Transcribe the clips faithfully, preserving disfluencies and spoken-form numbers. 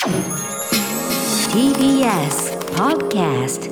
ティービーエス Podcast。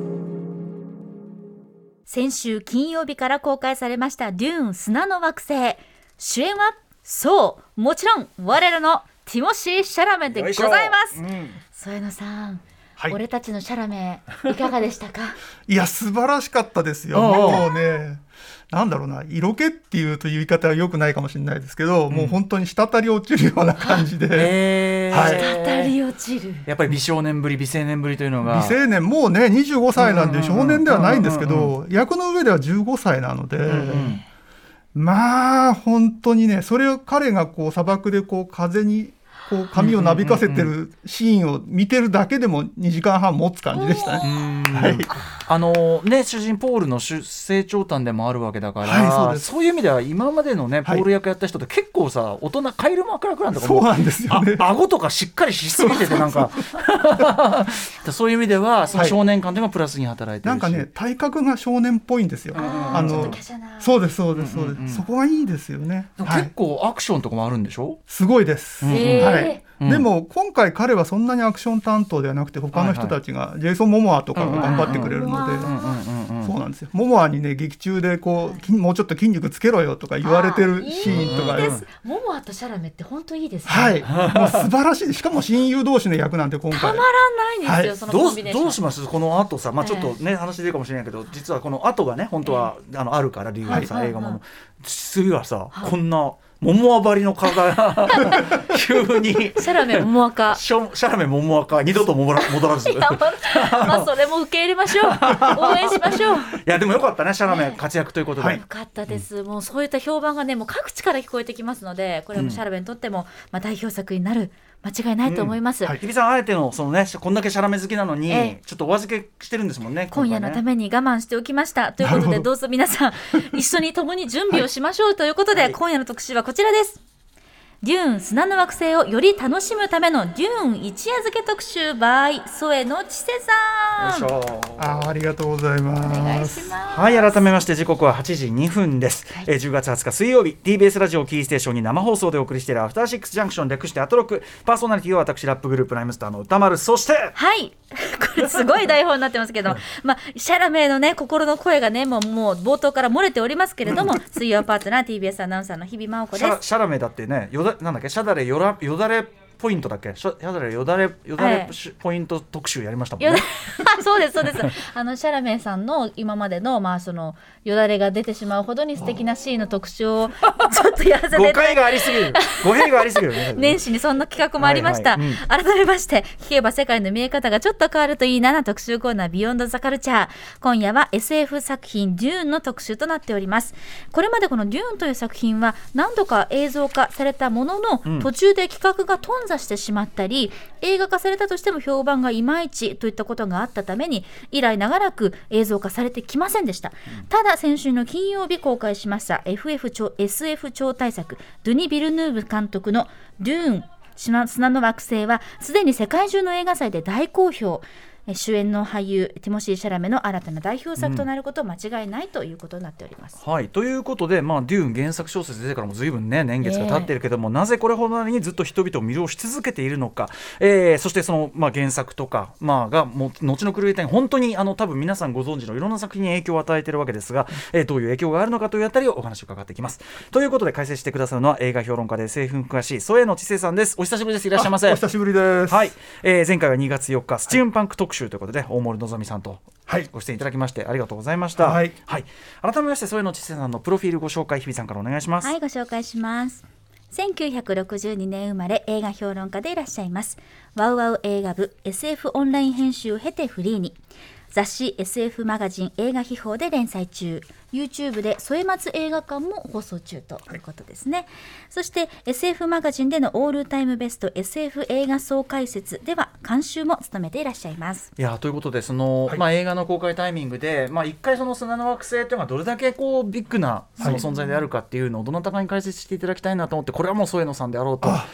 先週金曜日から公開されましたデューン砂の惑星。主演はそうもちろん我らのティモシー・シャラメでございます、うん、添野さん、はい、俺たちのシャラメいかがでしたか？ いや素晴らしかったですよ。もうね、なんだろうな、色気っていうという言い方は良くないかもしれないですけど、うん、もう本当に滴り落ちるような感じで、 えーはい、滴り落ちる。 やっぱり美少年ぶり美青年ぶりというのが、 美青年もうねにじゅうごさいなんで少年ではないんですけど、役の上ではじゅうごさいなので、うんうん、まあ本当にね、それを彼がこう砂漠でこう風にこう髪をなびかせてるシーンを見てるだけでもにじかんはん持つ感じでしたね。はい、 あのね、主人ポールの成長譚でもあるわけだから、はい、そうです。そういう意味では今までのねポール役やった人って結構さ、大人カイル・マクラクランとかもそうなんですよね、 あ顎とかしっかりしすぎててなんかそういう意味ではその少年感というのがプラスに働いてるし、 なんかね体格が少年っぽいんですよ。 あのそうですそうですそうです、うんうんうん、そこがいいですよね。 結構アクションとかもあるんでしょ？ すごいです、 うんうんはい、 うん、でも今回彼はそんなにアクション担当ではなくて他の人たちが、はいはい、ジェイソン・モモアとかが頑張ってくれるので、そうなんですよ。モモアにね劇中でこうもうちょっと筋肉つけろよとか言われてるシーンとか、 いいです。モモアとシャラメって本当いいですね。 はい、もう素晴らしい。しかも親友同士の役なんて今回たまらないんですよ、はい、そのコンビネーション。 どう、どうしますこの後さ、まあ、ちょっとね、えー、話出るかもしれないけど実はこの後がね本当は、えー、あのあるから理由がさ、はい、映画も、はい、次はさ、はい、こんなモモア張りの体急にシャラメモモアかシャラメモモアか二度と戻らずいや、 まあ、それも受け入れましょう応援しましょう。いやでもよかったね、シャラメ活躍ということで、 はい、よかったです、うん、もうそういった評判がねもう各地から聞こえてきますので、これもシャラメにとっても、まあ、代表作になる間違いないと思います。 日比、うんはい、さんあえてのそのねこんだけシャラメ好きなのに、えー、ちょっとお預けしてるんですもんね。 今夜のために我慢しておきましたということで、どうぞ皆さん一緒に共に準備をしましょうということで、はい、今夜の特集はこちらです。デューン砂の惑星をより楽しむためのデューン一夜漬け特集 by 添野千世さん。 よいしょ。あ、ありがとうございます。 お願いします。 はい、改めまして時刻ははちじにふんです、はい、えー、じゅうがつはつか水曜日 ティービーエス ラジオキーステーションに生放送でお送りしているアフターシックスジャンクション略してアトロック、パーソナリティは私ラップグループライムスターの歌丸、そしてはいこれすごい台本になってますけど、まあ、シャラメのね心の声がねもう、もう冒頭から漏れておりますけれども水曜パートナー ティービーエス アナウンサーの日比真央子です。 シャ、シャラメだってね、よだなんだっけ、シャダレよらよだれポイントだっけ、シャダレよだれよだれ、はい、ポイント特集やりましたもんね。 そうですそうですあのシャラメさんの今までの、まあ、そのよだれが出てしまうほどに素敵なシーンの特集をちょっとやらせて誤解がありすぎる語弊がありすぎるね年始にそんな企画もありました、はいはい、うん、改めまして聞けば世界の見え方がちょっと変わるといいなな特集コーナービヨンドザカルチャー。今夜は エスエフ 作品デューンの特集となっております。これまでこのデューンという作品は何度か映像化されたものの、うん、途中で企画が頓挫してしまったり映画化されたとしても評判がいまいちといったことがあったために以来長らく映像化されてきませんでした、うん、ただ先週の金曜日公開しました エフエフ 超 エスエフ 超大作ドゥニ・ビルヌーブ監督のデューン砂の惑星はすでに世界中の映画祭で大好評。主演の俳優ティモシー・シャラメの新たな代表作となること間違いないということになっております、 うん、はい、ということで、まあ、デューン原作小説出てからも随分ね年月が経っているけども、えー、なぜこれほどにずっと人々を魅了し続けているのか、えー、そしてその、まあ、原作とか、まあ、がも後のクリエイターに本当にあの多分皆さんご存知のいろんな作品に影響を与えているわけですが、えー、どういう影響があるのかというあたりをお話を伺っていきます。ということで解説してくださるのは映画評論家で エスエフ に詳しい添野千世さんです。お久しぶりです。いらっしゃいませ。 お久しぶりです、 はい、えー、前回はにがつよっかスチューンパンク特集ということで、はい、大森のぞみさんとご出演いただきましてありがとうございました、はいはい、改めまして添野千世さんのプロフィールご紹介、日比さんからお願いします。 はい、ご紹介します。せんきゅうひゃくろくじゅうにねん生まれ、映画評論家でいらっしゃいます。ワウワウ映画部 エスエフ オンライン編集を経てフリーに、雑誌 エスエフ マガジン映画秘宝で連載中、 YouTube で添松映画館も放送中ということですね、はい、そして エスエフ マガジンでのオールタイムベスト エスエフ 映画総解説では監修も務めていらっしゃいます。 いやということでその、はい、まあ、映画の公開タイミングで、まあ、一回その砂の惑星というのがどれだけこうビッグなその存在であるかっていうのをどなたかに解説していただきたいなと思って、これはもう添野さんであろうと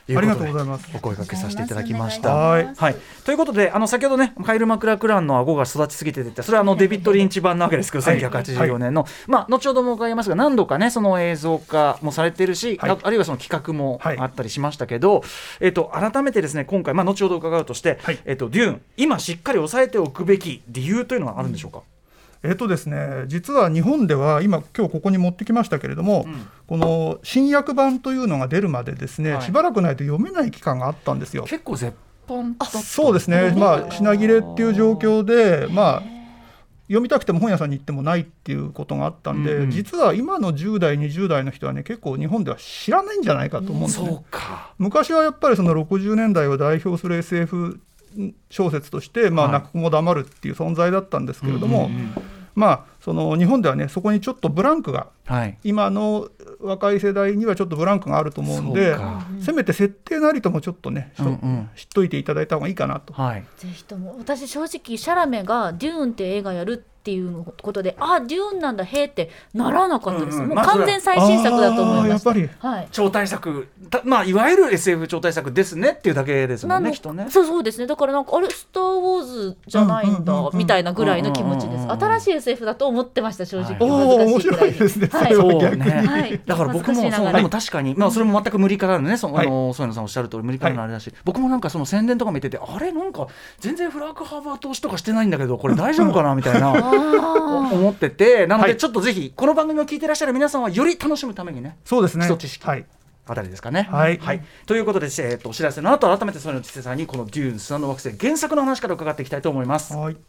いうことで、 ありがとうございます。 お声掛けさせていただきました。 はい、 はい、ということで、あの先ほどねカイル・マクラクランの顎が育ちすぎてて、それはあのデビッド・リンチ版なわけですけど、はい、せんきゅうひゃくはちじゅうよねんの、はい、まあ、後ほども伺いますが何度かねその映像化もされているし、はい、あ, あるいはその企画もあったりしましたけど、はい、えー、と改めてですね今回、まあ、後ほど伺うとして、はい、えー、とデューン今しっかり押さえておくべき理由というのはあるんでしょうか。 えーとですね、実は日本では今今日ここに持ってきましたけれども、うん、この新訳版というのが出るまでですね、はい、しばらくないと読めない期間があったんですよ。 結構絶版だった。 そうですね、まあ、品切れっていう状況で、まあ、読みたくても本屋さんに行ってもないっていうことがあったんで、うんうん、実は今のじゅう代にじゅう代の人はね結構日本では知らないんじゃないかと思うんですね、うん、そうか。昔はやっぱりそのろくじゅうねんだいを代表する エスエフ 小説として、まあ、泣く子も黙るっていう存在だったんですけれども、はい、うんうんうん、まあ、その日本ではねそこにちょっとブランクが、はい、今の若い世代にはちょっとブランクがあると思うんで、せめて設定なりともちょっとね、うんうん、知っといていただいた方がいいかなと、はい、 ぜひとも。私正直シャラメがデューンって映画やるっていうことで、あデューンなんだへーってならなかったです、うんうん、もう完全最新作だと思いました。 やっぱり、 はい、 超大作、まあ、いわゆる エスエフ 超大作ですねっていうだけですもんね、きっとね。 そうそうですね。だからなんかあれスター・ウォーズじゃないんだ、うんうんうんうん、みたいなぐらいの気持ちです。新しい エスエフ だと思ってました正直、 はい、恥ずかしいぐらいに。面白いですね、はい、そうね、 はい、 だから僕もそうでも確かに、まあ、それも全く無理からのね、その、はい、あの添野さんおっしゃる通り無理からのあれだし、はい、僕もなんかその宣伝とか見てて、あれなんか全然フラッグハーバー投資とかしてないんだけどこれ大丈夫かなみたいな思ってて、なのでちょっとぜひこの番組を聞いてらっしゃる皆さんはより楽しむためにね、 そうですね、 基礎知識、はい、あたりですかね、 はいはい、ということで、えー、とお知らせの後改めて添野千世さんにこのデューン砂の惑星原作の話から伺っていきたいと思います。 はい、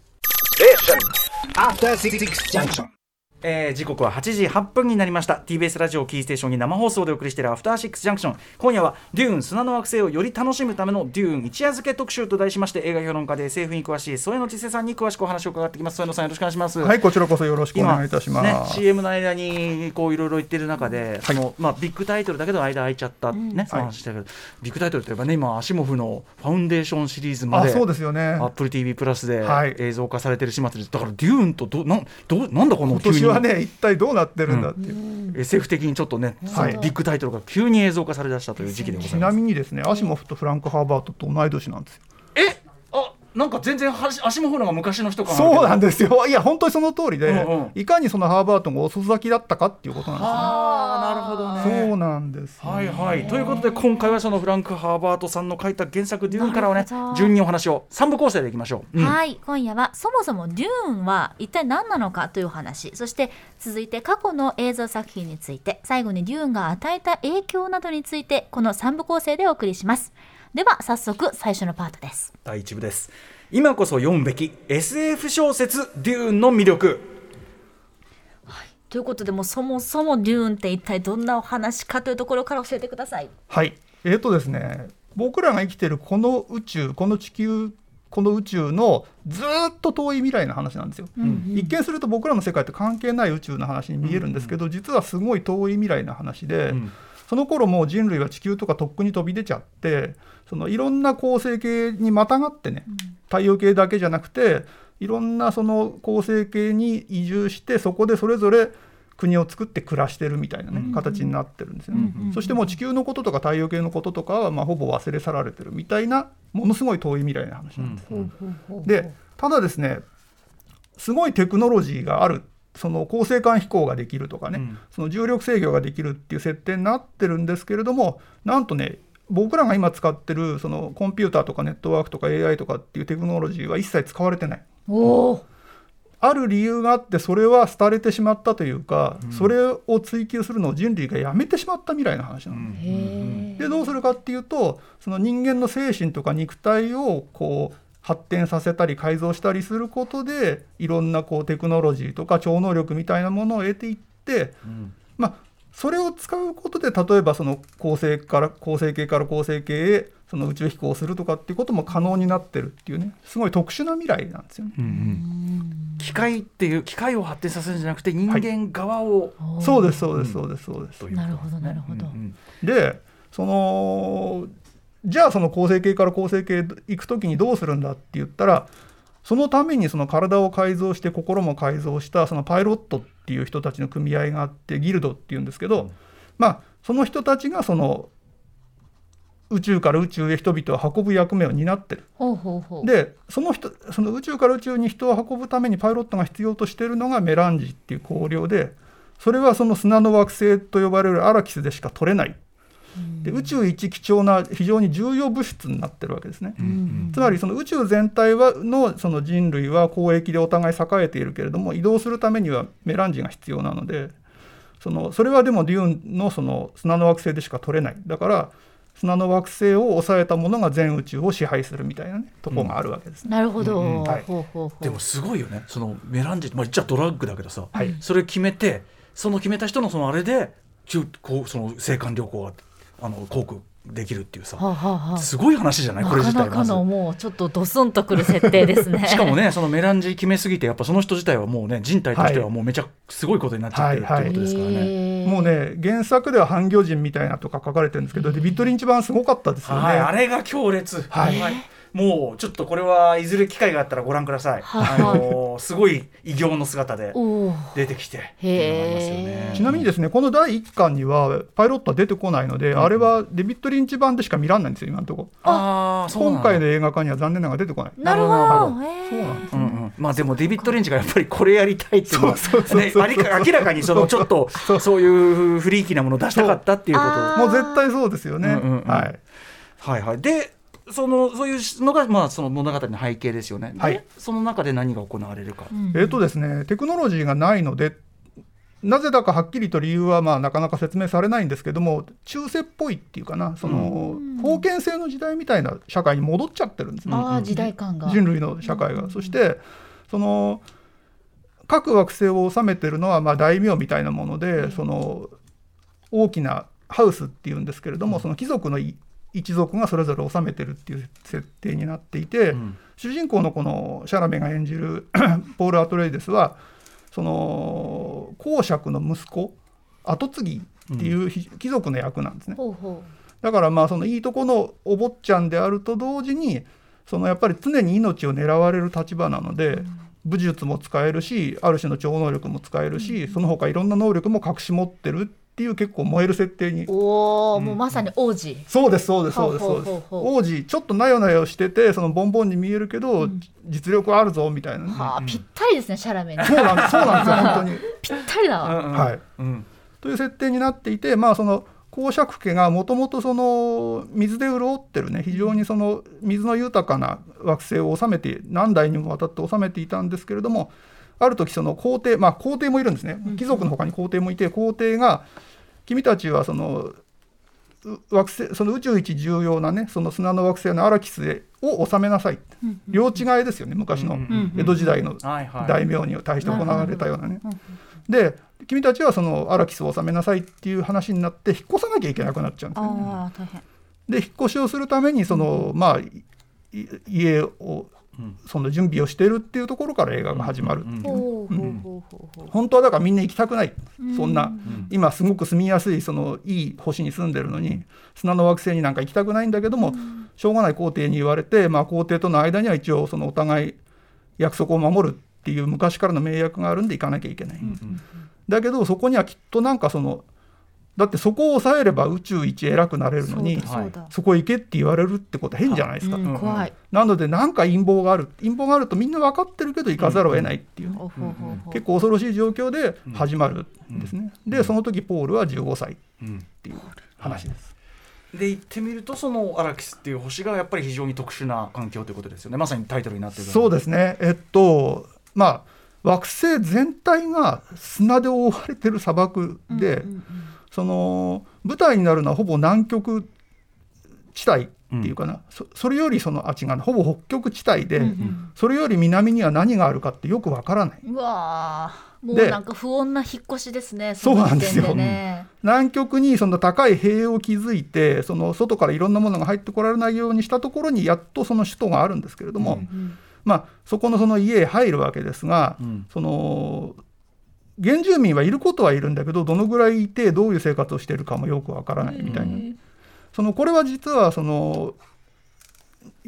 えー、時刻ははちじはっぷんになりました。 ティービーエス ラジオキーステーションに生放送でお送りしているアフターシックスジャンクション、今夜はデューン砂の惑星をより楽しむためのデューン一夜漬け特集と題しまして、映画評論家で エスエフ に詳しい添野千世さんに詳しくお話を伺ってきます。添野さんよろしくお願いします。 はい、こちらこそよろしくお願いいたします。 今、ね、シーエム の間にこういろいろ言ってる中で、はい、そのまあ、ビッグタイトルだけど間空いちゃった、ね、うん、その話したけど、はい、ビッグタイトルといえばね、今アシモフのファウンデーションシリーズまで、 あ、そうですよね、 アップル ティーブイ プラスで映像化されてる始末です。だからデューンとどなどなんだこの今年はね、一体どうなってるんだっていう、 うん、エスエフ 的にちょっとね、はい、ビッグタイトルが急に映像化されだしたという時期でございます。 ちなみにですね、アシモフとフランク・ハーバートと同い年なんですよ。 えあなんか全然アシモフのが昔の人かな。 そうなんですよ。いや本当にその通りで、うんうん、いかにそのハーバートが遅咲きだったかっていうことなんですね。 ああ、なるほどね。 そうなんです、ね、 はいはい。ということで今回はそのフランク・ハーバートさんの書いた原作デューンからはね、順にお話をさん部構成でいきましょう、うん、 はい。今夜はそもそもデューンは一体何なのかという話、そして続いて過去の映像作品について、最後にデューンが与えた影響などについて、このさん部構成でお送りします。では早速最初のパートです。 だいいち部です。今こそ読むべき エスエフ 小説デューンの魅力、 はい、ということで、もうそもそもデューンって一体どんなお話かというところから教えてください。 はい、えーとですね、僕らが生きているこの宇宙、この地球、この宇宙のずっと遠い未来の話なんですよ、うんうん、一見すると僕らの世界って関係ない宇宙の話に見えるんですけど、うんうん、実はすごい遠い未来の話で、うん、その頃もう人類は地球とかとっくに飛び出ちゃって、そのいろんな恒星系にまたがってね、うん、太陽系だけじゃなくていろんなその恒星系に移住して、そこでそれぞれ国を作って暮らしてるみたいな、ね、うん、形になってるんですよね、うんうん、そしてもう地球のこととか太陽系のこととかはまあほぼ忘れ去られてるみたいな、ものすごい遠い未来の話なんです、うん、でただですね、すごいテクノロジーがある、その恒星間飛行ができるとかね、うん、その重力制御ができるっていう設定になってるんですけれども、なんとね、僕らが今使ってるそのコンピューターとかネットワークとか エーアイ とかっていうテクノロジーは一切使われてない。 おー、 ある理由があって、それは廃れてしまったというか、うん、それを追求するのを人類がやめてしまった未来の話なんです、うん、でどうするかっていうと、その人間の精神とか肉体をこう発展させたり改造したりすることで、いろんなこうテクノロジーとか超能力みたいなものを得ていって、うん、まあそれを使うことで、例えばその恒星から恒星系から恒星系へその宇宙飛行をするとかっていうことも可能になってるっていうね、すごい特殊な未来なんですよね、うんうん、 機械っていう機械を発展させるんじゃなくて人間側を、 はい、そうですそうですそうですそうです、 なるほどなるほど、うんうん、 でそのじゃあその恒星系から恒星系へ行くときにどうするんだって言ったら、そのためにその体を改造して心も改造したそのパイロットっていう人たちの組合があって、ギルドっていうんですけど、うん、まあその人たちがその宇宙から宇宙へ人々を運ぶ役目を担ってる。 ほうほうほう。 でその人その宇宙から宇宙に人を運ぶためにパイロットが必要としているのがメランジっていう香料で、それはその砂の惑星と呼ばれるアラキスでしか取れない。で宇宙一貴重な非常に重要物質になってるわけですね、うん、つまりその宇宙全体は の, その人類は交易でお互い栄えているけれども、移動するためにはメランジが必要なので、そのそれはでもデューン の, その砂の惑星でしか取れない。だから砂の惑星を抑えたものが全宇宙を支配するみたいな、ね、とこがあるわけです、ね、 うん、なるほど、うんうん、はい、 ほうほうほう。でもすごいよね、そのメランジ、まあ、言っちゃドラッグだけどさ、 はい、 それ決めて、その決めた人のそのあれでこうその青函旅行があの航空できるっていうさ、はあはあ、すごい話じゃないこれ自体。 なかなかのもうちょっとドスンとくる設定ですねしかもね、そのメランジ決めすぎてやっぱその人自体はもうね、人体としてはもうめちゃすごいことになっちゃってるってことですからね、はいはい、 もうね原作では半魚人みたいなとか書かれてるんですけど、デビッド・リンチ版すごかったですよね、 はい、あれが強烈、はいはい、もうちょっとこれはいずれ機会があったらご覧ください、はい、あのー、すごい異形の姿で出てきてっていうのがありますよね。 ちなみにですね、このだいいっかんにはパイロットは出てこないので、うん、あれはデビッド・リンチ版でしか見らんないんですよ今のところ。 ああ、 今回の映画化には残念ながら出てこない。 なるほど、そうなんですね、 うんうん、まあでもデビッド・リンチがやっぱりこれやりたいっていうのは明らかにそのちょっとそういうフリーキーなものを出したかったっていうこと、 もう絶対そうですよね、うんうんうん、はい、 はいはい。でそのそういうのが、まあ、その物語の背景ですよね、はい、でその中で何が行われるか、 うん、えーとですね、テクノロジーがないので、なぜだかはっきりと理由はまあなかなか説明されないんですけども、中世っぽいっていうかな、その、うん、封建制の時代みたいな社会に戻っちゃってるんですね、 あ、時代感が、 人類の社会が、うん、そしてその各惑星を治めてるのはまあ大名みたいなもので、うん、その大きなハウスっていうんですけれども、うん、その貴族の一族がそれぞれ治めてるっていう設定になっていて、うん、主人公のこのシャラメが演じるポール・アトレイデスはその公爵の息子、跡継ぎっていう、うん、貴族の役なんですね。ほうほう。だからまあそのいいとこのお坊ちゃんであると同時に、そのやっぱり常に命を狙われる立場なので、うん、武術も使えるし、ある種の超能力も使えるし、うん、その他いろんな能力も隠し持ってるっていう結構燃える設定に。 おー、うん、もうまさに王子。 そうですそうですそうですそうです。王子ちょっとなよなよしてて、そのボンボンに見えるけど、うん、実力あるぞみたいな、ね、 はあ、ぴったりですね、シャラメに。 そうなんですそうなんですよ本当にぴったりだわ、 うんうん、はい、うん、という設定になっていて、まあその公爵家がもともとその水で潤ってるね、非常にその水の豊かな惑星を治めて何代にもわたって治めていたんですけれども、ある時その皇帝、まあ皇帝もいるんですね、貴族の他に皇帝もいて、皇帝が君たちはその惑星、その宇宙一重要なね、その砂の惑星のアラキスを治めなさい、うんうん、領地替えですよね、昔の江戸時代の大名に対して行われたようなね、で君たちはそのアラキスを治めなさいっていう話になって引っ越さなきゃいけなくなっちゃうんですよね。あ、大変で引っ越しをするためにその、うん、まあ家をその準備をしているっていうところから映画が始まるっていう、うん、本当はだからみんな行きたくない、うん、そんな、うん、今すごく住みやすいそのいい星に住んでるのに砂の惑星になんか行きたくないんだけども、うん、しょうがない皇帝に言われて、まあ、皇帝との間には一応そのお互い約束を守るっていう昔からの盟約があるんで行かなきゃいけない、うん、だけどそこにはきっとなんかそのだってそこを抑えれば宇宙一偉くなれるのに そ, そこ行けって言われるってことは変じゃないですか、うん、怖い。なのでなんか陰謀がある陰謀があるとみんな分かってるけど行かざるを得ないっていう、うんうん、結構恐ろしい状況で始まるんですね、うん、でその時ポールはじゅうごさいっていう話です、 うん、で言ってみるとそのアラキスっていう星がやっぱり非常に特殊な環境ということですよね。まさにタイトルになっている。 そうですね、えっとまあ惑星全体が砂で覆われてる砂漠で、うんうんうん、その舞台になるのはほぼ南極地帯っていうかな、うん、そ, それよりそのあ違うほぼ北極地帯で、うんうん、それより南には何があるかってよくわからない。 うわもうなんか不穏な引っ越しですね。 そうなんですよ、ね、南極にその高い塀を築いてその外からいろんなものが入ってこられないようにしたところにやっとその首都があるんですけれども、うんうんまあ、そこのその家へ入るわけですが、うん、その原住民はいることはいるんだけどどのぐらいいてどういう生活をしているかもよくわからないみたいな、そのこれは実はその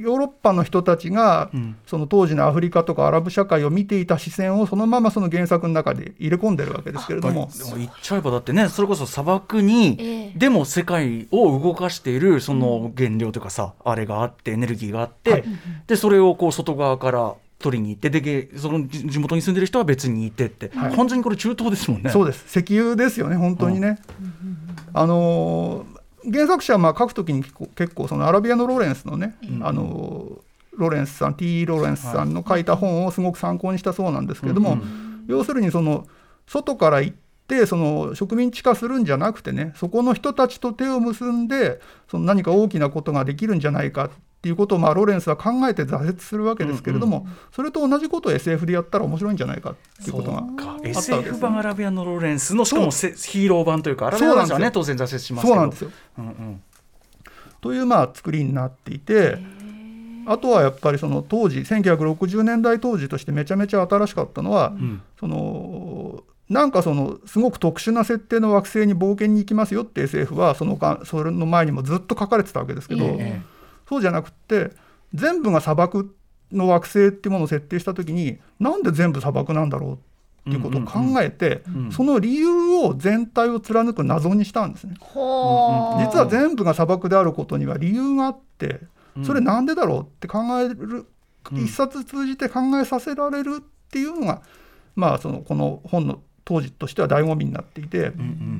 ヨーロッパの人たちが、 うん、 その当時のアフリカとかアラブ社会を見ていた視線をそのままその原作の中で入れ込んでるわけですけれども、 でも言っちゃえばだってね、それこそ砂漠に、えー、でも世界を動かしているその原料というかさ、うん、あれがあってエネルギーがあって、はい、でそれをこう外側から取りに行ってでその地元に住んでる人は別にいてって、はい、完全にこれ中東ですもんね。 そうです、石油ですよね本当にね、うん、あのー原作者はまあ書くときに結構そのアラビアのロレンスのね、うん、あのロレンスさん T. ロレンスさんの書いた本をすごく参考にしたそうなんですけれども、うんうん、要するにその外から行ってその植民地化するんじゃなくてね、そこの人たちと手を結んでその何か大きなことができるんじゃないかっていうことをまあロレンスは考えて挫折するわけですけれども、うんうん、それと同じことを エスエフ でやったら面白いんじゃないかっていうことがあったわけです、ね、 エスエフ 版アラビアのロレンスのしかもヒーロー版というかアラビアの話はね当然挫折しますけど、 そうなんですよ、うんうん、というまあ作りになっていて、あとはやっぱりその当時せんきゅうひゃくろくじゅうねんだい当時としてめちゃめちゃ新しかったのは、うん、そのなんかそのすごく特殊な設定の惑星に冒険に行きますよって エスエフ はそのかそれの前にもずっと書かれてたわけですけど、えー、そうじゃなくって全部が砂漠の惑星っていうものを設定したときになんで全部砂漠なんだろうっていうことを考えて、うんうんうん、その理由を全体を貫く謎にしたんですね、うん、実は全部が砂漠であることには理由があって、それなんでだろうって考える、うん、一冊通じて考えさせられるっていうのが、まあ、そのこの本の当時としては醍醐味になっていて、うんうん、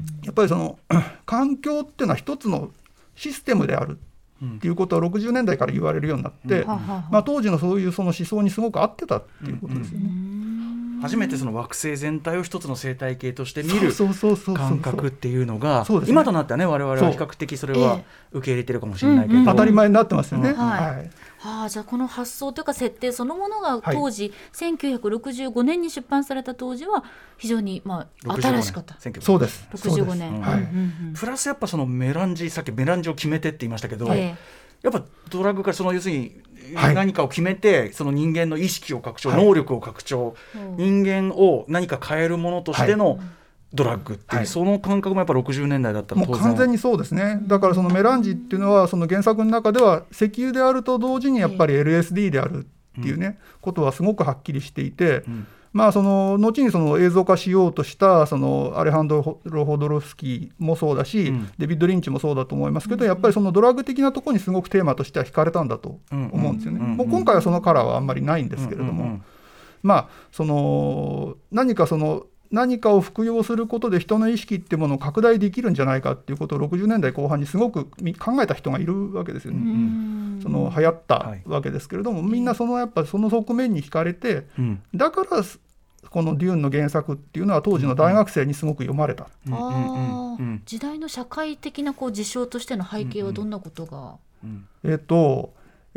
やっぱりその環境っていうのは一つのシステムであるっていうことはろくじゅうねんだいから言われるようになって、うんまあ、当時のそういうその思想にすごく合ってたっていうことですよね、うんうん、初めてその惑星全体を一つの生態系として見る感覚っていうのが今となってはね我々は比較的それは受け入れてるかもしれないけど、 えー、当たり前になってますよね、うんはいはいはあ、じゃあこの発想というか設定そのものが当時、はい、せんきゅうひゃくろくじゅうごねんに出版された当時は非常にまあ新しかった。 そうですろくじゅうごねん、 うんはいうんうん、プラスやっぱそのメランジさっきメランジを決めてって言いましたけど、はい、やっぱドラッグからその要するに何かを決めて、はい、その人間の意識を拡張、はい、能力を拡張、はい、人間を何か変えるものとしての、はいドラッグっていう、はい、その感覚もやっぱろくじゅうねんだいだったらもう完全にそうですね。だからそのメランジっていうのはその原作の中では石油であると同時にやっぱり エルエスディー であるっていうね、うん、ことはすごくはっきりしていて、うんまあ、その後にその映像化しようとしたそのアレハンドロ・ホドロフスキーもそうだし、うん、デビッド・リンチもそうだと思いますけど、やっぱりそのドラッグ的なところにすごくテーマとしては惹かれたんだと思うんですよね、うんうんうん、もう今回はそのカラーはあんまりないんですけれども、うんうんうん、まあその何かその何かを服用することで人の意識っていうものを拡大できるんじゃないかっていうことをろくじゅうねんだいこう半にすごく考えた人がいるわけですよね、うん、その流行ったわけですけれども、はい、みんなそのやっぱその側面に惹かれて、うん、だからこのデューンの原作っていうのは当時の大学生にすごく読まれた、 うんうんうんうん、時代の社会的なこう事象としての背景はどんなことが、 うんうん、えっと、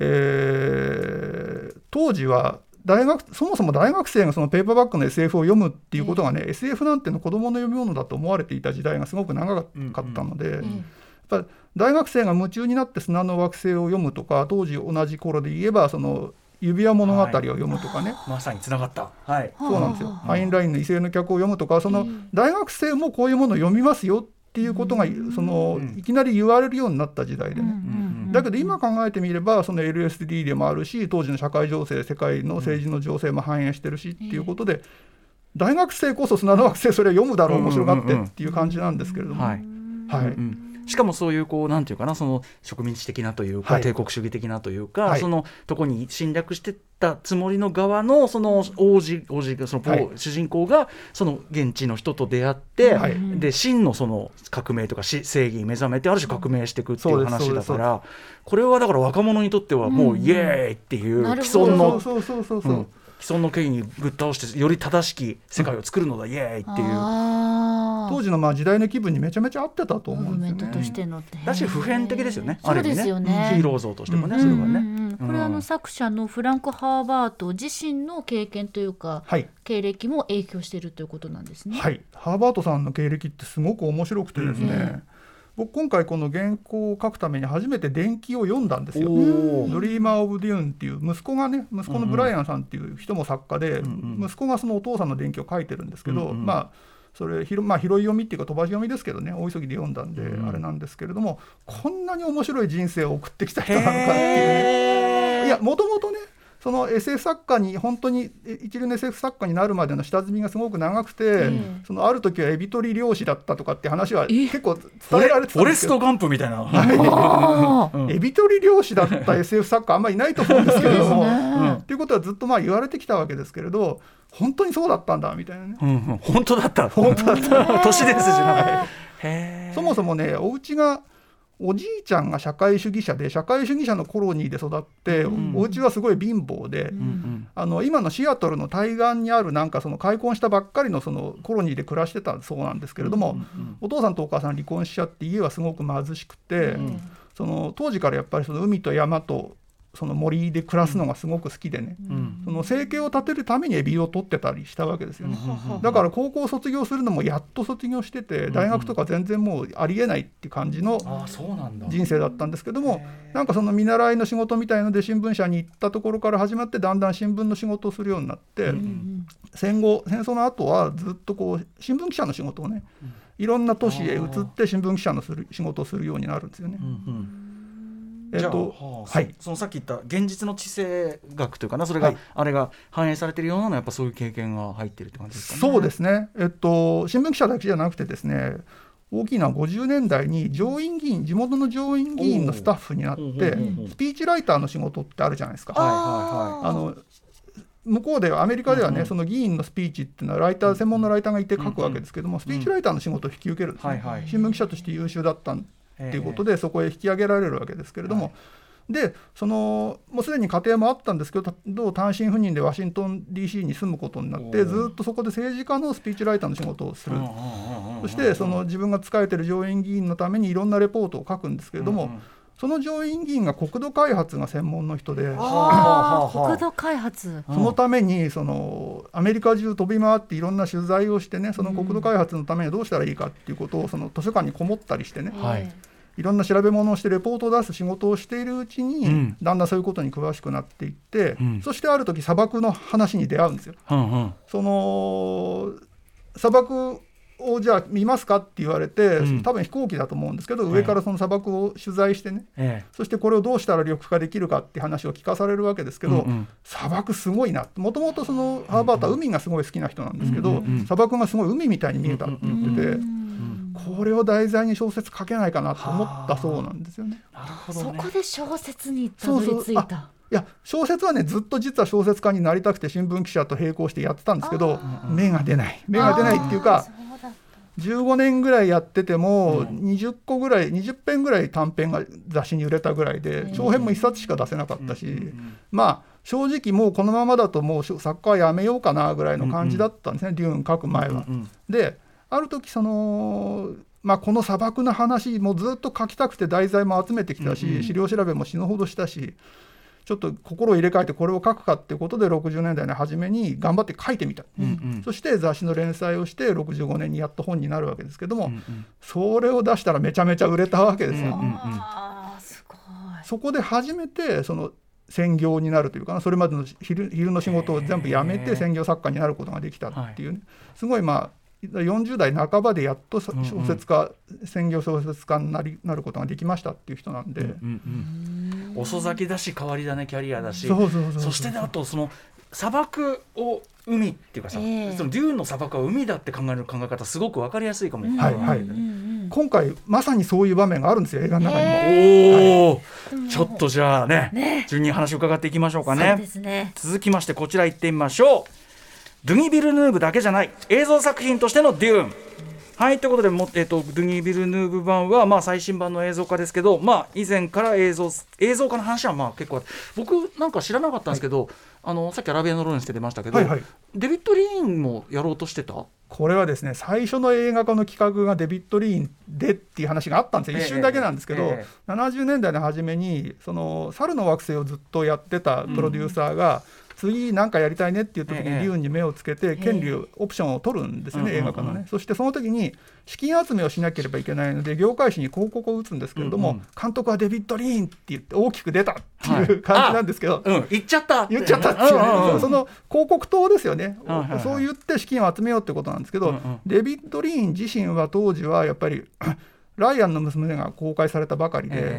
えー、当時は大学そもそも大学生がそのペーパーバックの エスエフ を読むっていうことがね、えー、エスエフ なんての子どもの読み物だと思われていた時代がすごく長かったので、うんうん、やっぱ大学生が夢中になって砂の惑星を読むとか、当時同じ頃で言えばその指輪物語を読むとかね、 はい、まさにつながった、はい、 そうなんですよ。ハインラインの異性の客を読むとか、その大学生もこういうものを読みますよっていうことがそのいきなり言われるようになった時代でね、だけど今考えてみればその エルエスディー でもあるし、当時の社会情勢、世界の政治の情勢も反映してるしっていうことで、大学生こそ砂の惑星それを読むだろう、面白がってっていう感じなんですけれども、はいはい、 しかもそういうこうなんていうかな、その植民地的なというか、はい、帝国主義的なというか、はい、そのとこに侵略してたつもりの側のその王子王子その、はい、主人公がその現地の人と出会って、はい、で真のその革命とか正義に目覚めてある種革命していくっていう話だから、これはだから若者にとってはもうイエーイっていう既存の既存の権威にぶっ倒してより正しき世界を作るのだ、うん、イエーイっていう当時のまあ時代の気分にめちゃめちゃ合ってたと思うんですよね。 ムーブメントとしてのだし普遍的ですよね、 そうですよね、 ヒーロー像としてもね、うん、それはね、うんうん、 これはあの作者のフランク・ハーバート自身の経験というか、はい、経歴も影響しているということなんですね。 はい、ハーバートさんの経歴ってすごく面白くてですね、うん、僕今回この原稿を書くために初めて伝記を読んだんですよ。ドリーマー・オブ・デューンっていう息子がね、息子のブライアンさんっていう人も作家で、うんうん、息子がそのお父さんの伝記を書いてるんですけど、うんうん、まあそれひろ、まあ、拾い読みっていうか飛ばし読みですけどね、大急ぎで読んだんであれなんですけれども、うん、こんなに面白い人生を送ってきた人なのかっていうね、 やもともとねその エスエフ 作家に本当に一流の エスエフ 作家になるまでの下積みがすごく長くて、うん、そのある時はエビ取り漁師だったとかって話は結構伝えられてたんですけど、 フォレストガンプみたいな、 はい、エビ取り漁師だった エスエフ 作家あんまりいないと思うんですけれどもうん、っていうことはずっとまあ言われてきたわけですけれど、本当にそうだったんだみたいなね、 うんうん、本当だった本当だった都市伝説じゃないへそもそもねお家がおじいちゃんが社会主義者で社会主義者のコロニーで育って、うん、お家はすごい貧乏で、うん、あの今のシアトルの対岸にあるなんかその開墾したばっかりのそのコロニーで暮らしてたそうなんですけれども、うんうん、お父さんとお母さん離婚しちゃって家はすごく貧しくて、うん、その当時からやっぱりその海と山とその森で暮らすのがすごく好きでね、うん、その生計を立てるためにエビを取ってたりしたわけですよね、うん、だから高校を卒業するのもやっと卒業してて、うん、大学とか全然もうありえないっていう感じの人生だったんですけども、なんかその見習いの仕事みたいので新聞社に行ったところから始まってだんだん新聞の仕事をするようになって、うん、戦後戦争の後はずっとこう新聞記者の仕事をね、いろんな都市へ移って新聞記者のする仕事をするようになるんですよね、うんうんえっとはあはい、 そ, そのさっき言った現実の地政学というかな、それが、はい、あれが反映されているようなやっぱそういう経験が入っているって感じですかね。 そうですね、えっと、新聞記者だけじゃなくてですね、大きなごじゅうねんだいに上院議員地元の上院議員のスタッフになってスピーチライターの仕事ってあるじゃないですか。はいはいはい、あの向こうではアメリカではね、うんうん、その議員のスピーチっていうのはライター専門のライターがいて書くわけですけども、うんうん、スピーチライターの仕事を引き受けるんですね、はいはい、新聞記者として優秀だったんっていうことでそこへ引き上げられるわけですけれども、はい、でそのもうすでに家庭もあったんですけど単身赴任でワシントン ディーシー に住むことになってずっとそこで政治家のスピーチライターの仕事をする。そしてその自分が仕えている上院議員のためにいろんなレポートを書くんですけれども、うんうん、その上院議員が国土開発が専門の人で、 あ国土開発そのためにそのアメリカ中飛び回っていろんな取材をしてね、その国土開発のためにどうしたらいいかっていうことをその図書館にこもったりしてね、はい、いろんな調べ物をしてレポートを出す仕事をしているうちに、うん、だんだんそういうことに詳しくなっていって、うん、そしてある時砂漠の話に出会うんですよ、うんうん、その砂漠をじゃあ見ますかって言われて、うん、多分飛行機だと思うんですけど、上からその砂漠を取材してね、ええ、そしてこれをどうしたら緑化できるかって話を聞かされるわけですけど、うんうん、砂漠すごいな、もともとそのハーバートは海がすごい好きな人なんですけど、うんうんうん、砂漠がすごい海みたいに見えたって言ってて、うんうんうん、これを題材に小説書けないかなと思ったそうなんですよね。 なるほどね。そこで小説にたどり着いた。そうそう、 いや小説はねずっと実は小説家になりたくて新聞記者と並行してやってたんですけど、芽が出ない芽が出ないっていうか、じゅうごねんぐらいやっててもにじゅっこぐらいにじゅっぺんぐらい短編が雑誌に売れたぐらいで、長編もいっさつしか出せなかったし、まあ正直もうこのままだともう作家はやめようかなぐらいの感じだったんですね、デューン書く前は。である時そのまあ、この砂漠の話もずっと書きたくて題材も集めてきたし、資料調べも死ぬほどしたし、ちょっと心を入れ替えてこれを書くかっていうことでろくじゅうねんだいの初めに頑張って書いてみた、うんうん、そして雑誌の連載をしてろくじゅうごねんにやっと本になるわけですけども、うんうん、それを出したらめちゃめちゃ売れたわけですよ、うんうんうん、 すごい。 そこで初めてその専業になるというかな、それまでの 昼, 昼の仕事を全部やめて専業作家になることができたっていう、ね、すごいまあよんじゅうだいなかばでやっと小説家、うんうん、専業小説家に な, りなることができましたっていう人なんで、うんうんうん、遅咲きだし変わり種キャリアだし、 そうそうそうそう、 そしてあとその砂漠を海っていうかさ、えー、そのデューンの砂漠は海だって考える考え方すごく分かりやすいかも、うんはいはい、うん、今回まさにそういう場面があるんですよ映画の中にも、 えーはい、ちょっとじゃあ ね, ね順に話を伺っていきましょうか ね, そうですね。 続きましてこちら行ってみましょう。ドゥニ・ビルヌーブだけじゃない映像作品としてのデューン、はいということでも、えー、とドゥニ・ビルヌーブ版は、まあ、最新版の映像化ですけど、まあ、以前から映像映像化の話はまあ結構僕なんか知らなかったんですけど、はい、あのさっきアラビアのロレンスで出ましたけど、はいはい、デビッド・リーンもやろうとしてた。 これはですね最初の映画化の企画がデビッド・リーンでっていう話があったんですよ、一瞬だけなんですけど、えーえー、ななじゅうねんだいの初めにその猿の惑星をずっとやってたプロデューサーが、うん次なんかやりたいねっていう時にデューンに目をつけて権利をオプションを取るんですよね、映画化のね。そしてその時に資金集めをしなければいけないので業界誌に広告を打つんですけれども、監督はデビッド・リーンって言って大きく出たっていう感じなんですけど、 うん、言っちゃった言っちゃったっていうね、その広告塔ですよね、そう言って資金を集めようってことなんですけど、デビッド・リーン自身は当時はやっぱりライアンの娘が公開されたばかりで、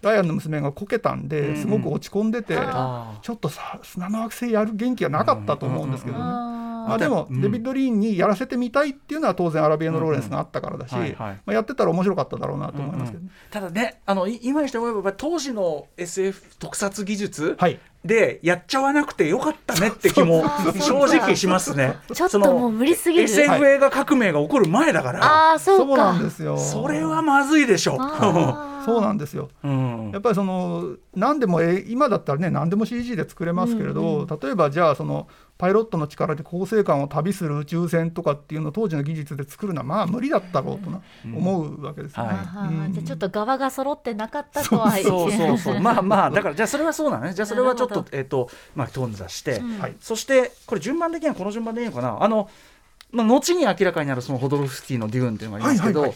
ライアンの娘がこけたんですごく落ち込んでて、 うん、 ちょっとさ砂の惑星やる元気がなかったと思うんですけどね、うんうんうんうん、まあ、でも、うん、デビッド・リーンにやらせてみたいっていうのは当然アラビアのローレンスがあったからだし、うんうん、はいはい、まあ、やってたら面白かっただろうなと思いますけど、ね、うんうん、 ただね、あの今にして思えば当時の エスエフ 特撮技術、 はい、 でやっちゃわなくてよかったねって気も正直しますね。 ちょっともう無理すぎるエスエフ 映画革命が起こる前だから、 あ、そうか、 そうなんですよ。 それはまずいでしょ。 そうなんですよ、うん、やっぱりその何でも今だったらね何でも シージー で作れますけれど、うんうん、例えばじゃあそのパイロットの力で恒星間を旅する宇宙船とかっていうのを当時の技術で作るのはまあ無理だったろうとな、うん、思うわけですね、 はい、うん、じゃあちょっと側が揃ってなかったとはそうそうそうまあまあだからじゃあそれはそうだね。じゃあそれはちょっとえっ、ー、とまあ頓挫して、うん、そしてこれ順番的にはこの順番でいいのかな、あの、まあ、後に明らかになるそのホドロフスキーのデューンっていうのがありますけど、はいはいはい、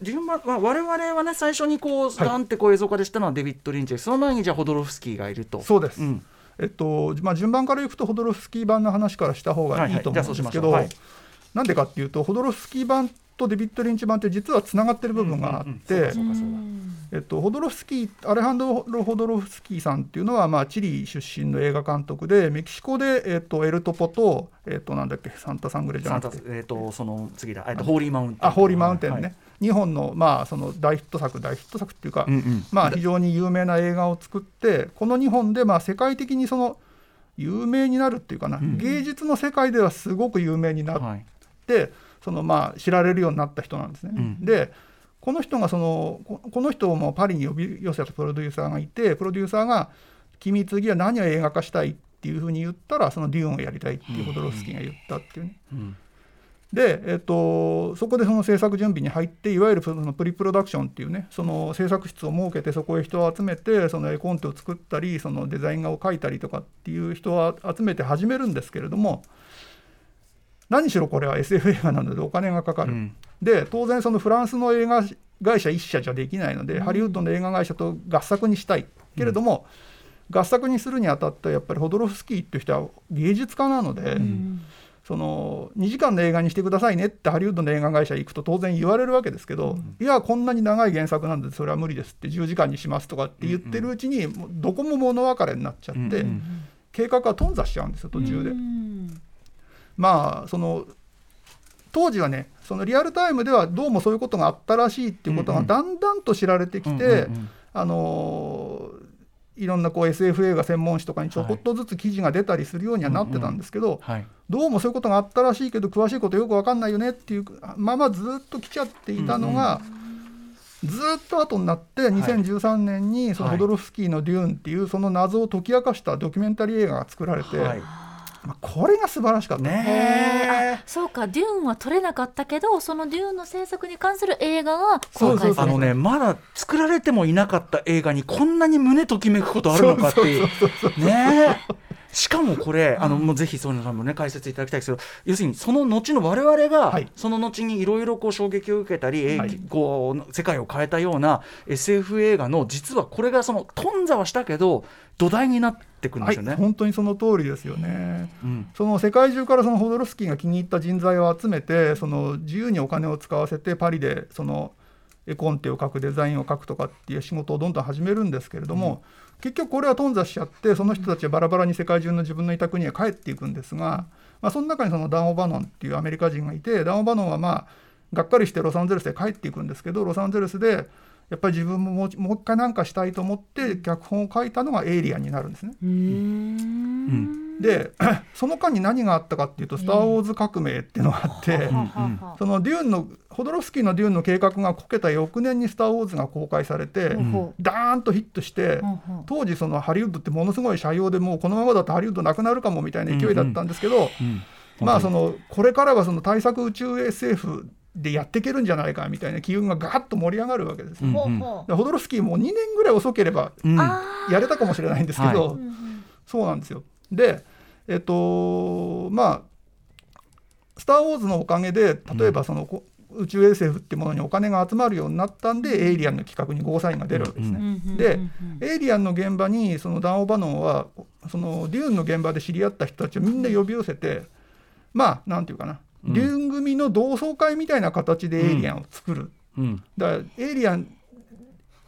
順番、まあ、我々はね最初にこうガンってこう映像化でしたのはデビッド・リンチ、その前にじゃあホドロフスキーがいると。 そうです、うん、えっとまあ、順番からいくとホドロフスキー版の話からした方がいいと思うんですけど、なんでかっていうとホドロフスキー版とデビッド・リンチ版って実はつながってる部分があって、ホドロフスキーアレハンドロ・ホドロフスキーさんっていうのは、まあ、チリ出身の映画監督でメキシコで、えっと、エルトポと、えっと、なんだっけサンタ・サングレじゃなくて、 えっと、その次だ、えっと、ホーリーマウンテン、 あホーリーマウンテンね、はい、にほんの、まあ、その大ヒット作大ヒット作っていうか、うんうん、まあ、非常に有名な映画を作ってこのにほんで、まあ、世界的にその有名になるっていうかな、うん、芸術の世界ではすごく有名になって、はい、そのまあ知られるようになった人なんですね、うん、でこの人がそのこの人をもパリに呼び寄せたプロデューサーがいて、プロデューサーが君次は何を映画化したいっていうふうに言ったらそのデューンをやりたいっていうホドロフスキーが言ったっていうね、うんうん、で、えっと、そこでその制作準備に入っていわゆるそのプリプロダクションっていうねその制作室を設けてそこへ人を集めてその絵コンテを作ったりそのデザイン画を描いたりとかっていう人を集めて始めるんですけれども、何しろこれは エスエフ 映画なのでお金がかかる、うん、で当然そのフランスの映画会社一社じゃできないので、うん、ハリウッドの映画会社と合作にしたいけれども、うん、合作にするにあたってやっぱりホドロフスキーっていう人は芸術家なので、うん、そのにじかんの映画にしてくださいねってハリウッドの映画会社行くと当然言われるわけですけど、うん、いやこんなに長い原作なんでそれは無理ですってじゅうじかんにしますとかって言ってるうちに、うんうん、どこも物別れになっちゃって、うんうん、計画は頓挫しちゃうんですよ途中で、うん、まあその当時はねそのリアルタイムではどうもそういうことがあったらしいっていうことがだんだんと知られてきて、うんうん、あのいろんなこう エスエフ 映画専門誌とかにちょこっとずつ記事が出たりするようにはなってたんですけど、はいうんうんはい、どうもそういうことがあったらしいけど詳しいことよく分かんないよねっていうままずっと来ちゃっていたのが、うんうん、ずっと後になってにせんじゅうさんねんにそのホドロフスキーのデューンっていうその謎を解き明かしたドキュメンタリー映画が作られて、はいまあ、これが素晴らしかったね。あそうかデューンは撮れなかったけどそのデューンの制作に関する映画が公開された。 あのねまだ作られてもいなかった映画にこんなに胸ときめくことあるのかっていうねしかもこれあのもうぜひそういうのもね解説いただきたいですけど、要するにその後の我々が、はい、その後にいろいろ衝撃を受けたり、はい、こう世界を変えたような エスエフ 映画の実はこれがその頓挫はしたけど土台になってくるんですよね、 はい、本当にその通りですよね、うん、その世界中からそのホドロフスキーが気に入った人材を集めてその自由にお金を使わせてパリでその絵コンテを描くデザインを描くとかっていう仕事をどんどん始めるんですけれども、うん、結局これは頓挫しちゃってその人たちはバラバラに世界中の自分のいた国へ帰っていくんですが、まあ、その中にそのダン・オバノンっていうアメリカ人がいて、ダン・オバノンはまあがっかりしてロサンゼルスへ帰っていくんですけど、ロサンゼルスでやっぱり自分ももう、もう一回何かしたいと思って脚本を書いたのがエイリアンになるんですね。うーんでその間に何があったかっていうとスター・ウォーズ革命っていうのがあって、うん、そのデューンのホドロフスキーのデューンの計画がこけた翌年にスター・ウォーズが公開されて、うん、ダーンとヒットして、うん、当時そのハリウッドってものすごい斜陽でもうこのままだとハリウッドなくなるかもみたいな勢いだったんですけど、うんうんうん、まあそのこれからはその対策宇宙 エスエフ でやっていけるんじゃないかみたいな機運がガーッと盛り上がるわけです、うんうん、ホドロフスキーもにねんぐらい遅ければやれたかもしれないんですけど、うん、そうなんですよ。でえっとまあスター・ウォーズのおかげで例えばその、うん、宇宙 エスエフ ってものにお金が集まるようになったんでエイリアンの企画にゴーサインが出るわけですね、うん、でエイリアンの現場にそのダン・オバノンはそのデューンの現場で知り合った人たちをみんな呼び寄せて、まあなんていうかな、うん、デューン組の同窓会みたいな形でエイリアンを作る、うんうん、だからエイリアン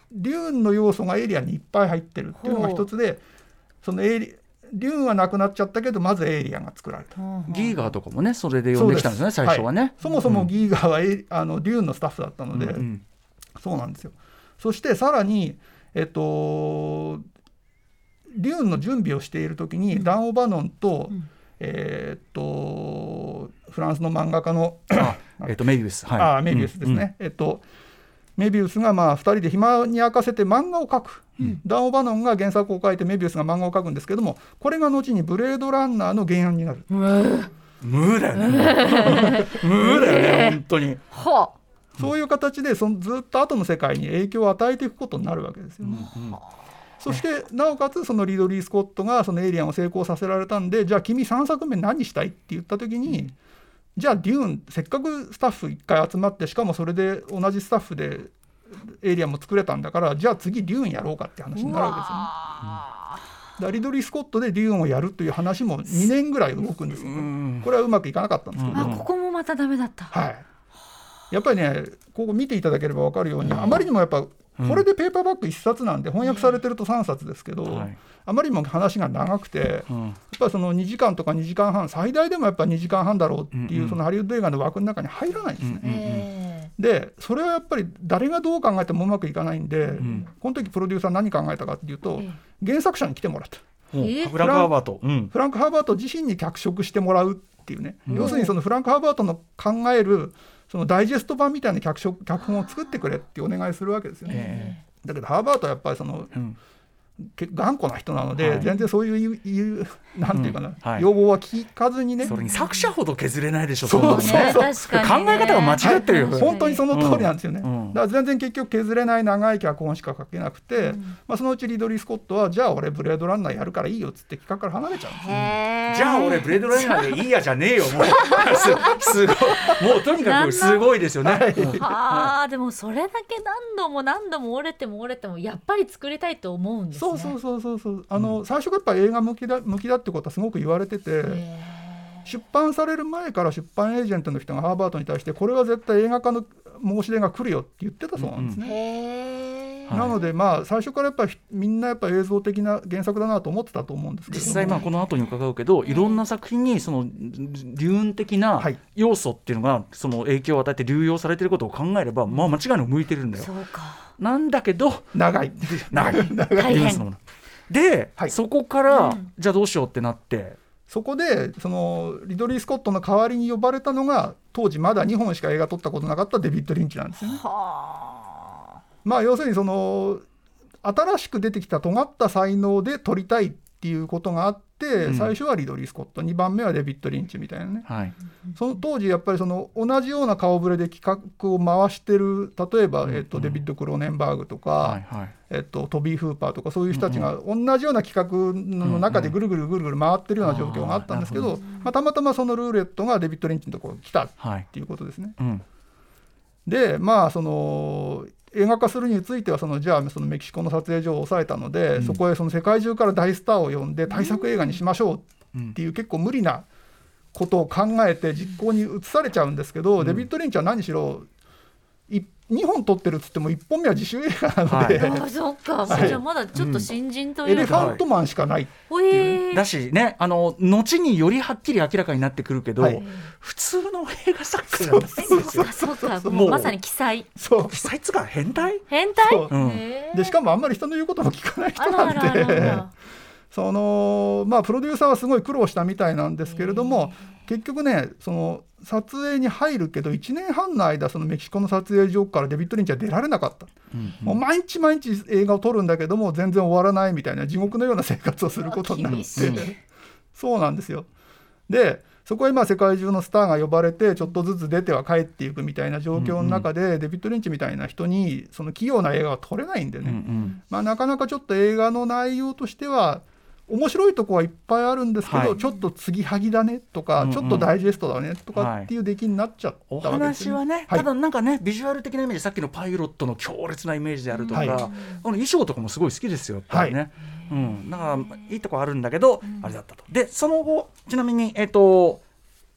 デューンの要素がエイリアンにいっぱい入ってるっていうのが一つで、そのエイリデューンはなくなっちゃったけどまずエイリアンが作られた。 ギーガーとかもねそれで呼んできたんですね、最初はね、 はい、そもそもギーガーはエイあのデューンのスタッフだったので、うんうん、そうなんですよ。そしてさらに、えっと、デューンの準備をしている時に、うん、ダン・オバノンと、うん、えー、っとフランスの漫画家のえっと、メビウス、はい、 あメビウスですね、うんうん、えっとメビウスがまあふたりで暇に明かせて漫画を描く、うん、ダン・オバノンが原作を書いてメビウスが漫画を描くんですけども、これが後にブレードランナーの原案になる。 無だよね無だよね本当に。 はあ、 そういう形でそのずっと後の世界に影響を与えていくことになるわけですよね、うんうん、そしてなおかつそのリドリー・スコットがそのエイリアンを成功させられたんで、じゃあ君さんさくめ何したいって言った時に、うん、じゃあデューンせっかくスタッフいっかい集まって、しかもそれで同じスタッフでエイリアンも作れたんだから、じゃあ次デューンやろうかって話になるわけですよね。だからリドリー・スコットでデューンをやるという話もにねんぐらい動くんですよ。これはうまくいかなかったんですけど、 あここもまたダメだった、 はい、やっぱりねここ見ていただければ分かるように、あまりにもやっぱこれでペーパーバッグいっさつなんで翻訳されてるとさんさつですけど、はい、あまりにも話が長くて、うん、やっぱりそのにじかんとかにじかんはん、最大でもやっぱにじかんはんだろうっていう、そのハリウッド映画の枠の中に入らないんですね、うんうんうんでそれはやっぱり誰がどう考えてもうまくいかないんで、うん、この時プロデューサー何考えたかっていうと、原作者に来てもらった、 えー、フランク・ハーバート、うん、 フランク・ハーバート自身に脚色してもらうっていうね、うん、要するにそのフランク・ハーバートの考えるそのダイジェスト版みたいな脚色脚本を作ってくれってお願いするわけですよね、えー、だけどハーバートはやっぱりその、うん頑固な人なので、はい、全然そういう言うなんていうかな、うんはい、要望は聞かずにね。 それに作者ほど削れないでしょ。 そうそうそう、 ね、確かにね、 考え方が間違ってるよ、 はい、本当にその通りなんですよね、うん、だから全然結局削れない長い脚本しか書けなくて、うんまあ、そのうちリドリー・スコットはじゃあ俺ブレードランナーやるからいいよっつって企画から離れちゃうんですよ、ね、 じゃあ俺ブレードランナーでいいやじゃねえよもうす, すごいもうとにかくすごいですよね、はい、 あでもそれだけ何度も何度も折れても折れてもやっぱり作りたいと思うんですね。 そうそうそうそうあの、うん、最初からやっぱ映画向きだ向きだってことはすごく言われてて、出版される前から出版エージェントの人がハーバートに対してこれは絶対映画化の申し出が来るよって言ってたそうなんですね、うんうん、なのでまあ最初からやっぱりみんなやっぱ映像的な原作だなと思ってたと思うんですけど、 実際まあこの後に伺うけどいろんな作品にそのデューン的な要素っていうのがその影響を与えて流用されていることを考えればまあ間違いなく向いてるんだよ。 そうか。 なんだけど長い長い大変で、はい、そこから、 うん、 じゃあどうしようってなってそこでそのリドリー・スコットの代わりに呼ばれたのが当時まだにほんしか映画撮ったことなかったデビッド・リンチなんですよね。はまあ要するにその新しく出てきた尖った才能で撮りたいっていうことがあって、うん、最初はリドリー・スコットにばんめはデビッド・リンチみたいなね、はい、その当時やっぱりその同じような顔ぶれで企画を回してる例えば、うんえっと、デビッド・クローネンバーグとか、はいはいえっと、トビー・フーパーとかそういう人たちが同じような企画の中でぐるぐるぐるぐる回ってるような状況があったんですけど、まあ、たまたまそのルーレットがデビッド・リンチのところに来たっていうことですね、はいうん、でまあその映画化するについてはそのじゃあそのメキシコの撮影所を抑えたので、うん、そこへその世界中から大スターを呼んで大作映画にしましょうっていう結構無理なことを考えて実行に移されちゃうんですけど、うん、デビッド・リンチは何しろにほん撮ってるっつってもいっぽんめは自主映画なので、 はい、あそっか、はい、じゃあまだちょっと新人というか、 うん、エレファントマンしかないっていう、 はい、 だしねあの後によりはっきり明らかになってくるけど、はい、普通の映画作家じゃないんですよ。 そうかそうかもうまさに奇才そう奇才っつうか変態変態、 うん、 でしかもあんまり人の言うことも聞かない人なんであらあらあらそのまあプロデューサーはすごい苦労したみたいなんですけれども結局ねその撮影に入るけどいちねんはんの間そのメキシコの撮影所からデビッド・リンチは出られなかった、うんうん、もう毎日毎日映画を撮るんだけども全然終わらないみたいな地獄のような生活をすることになってそうなんですよ。でそこへ今世界中のスターが呼ばれてちょっとずつ出ては帰っていくみたいな状況の中で、うんうん、デビッド・リンチみたいな人にその器用な映画は撮れないんでね、うんうんまあ、なかなかちょっと映画の内容としては面白いとこはいっぱいあるんですけど、はい、ちょっと継ぎはぎだねとか、うんうん、ちょっとダイジェストだねとかっていう出来になっちゃったわけです、ね、 お話はね、はい、ただなんかねビジュアル的なイメージさっきのパイロットの強烈なイメージであるとか、はい、あの衣装とかもすごい好きですよやっぱりね、はいうん、だからいいとこあるんだけど、うん、あれだったと。でその後ちなみにえっと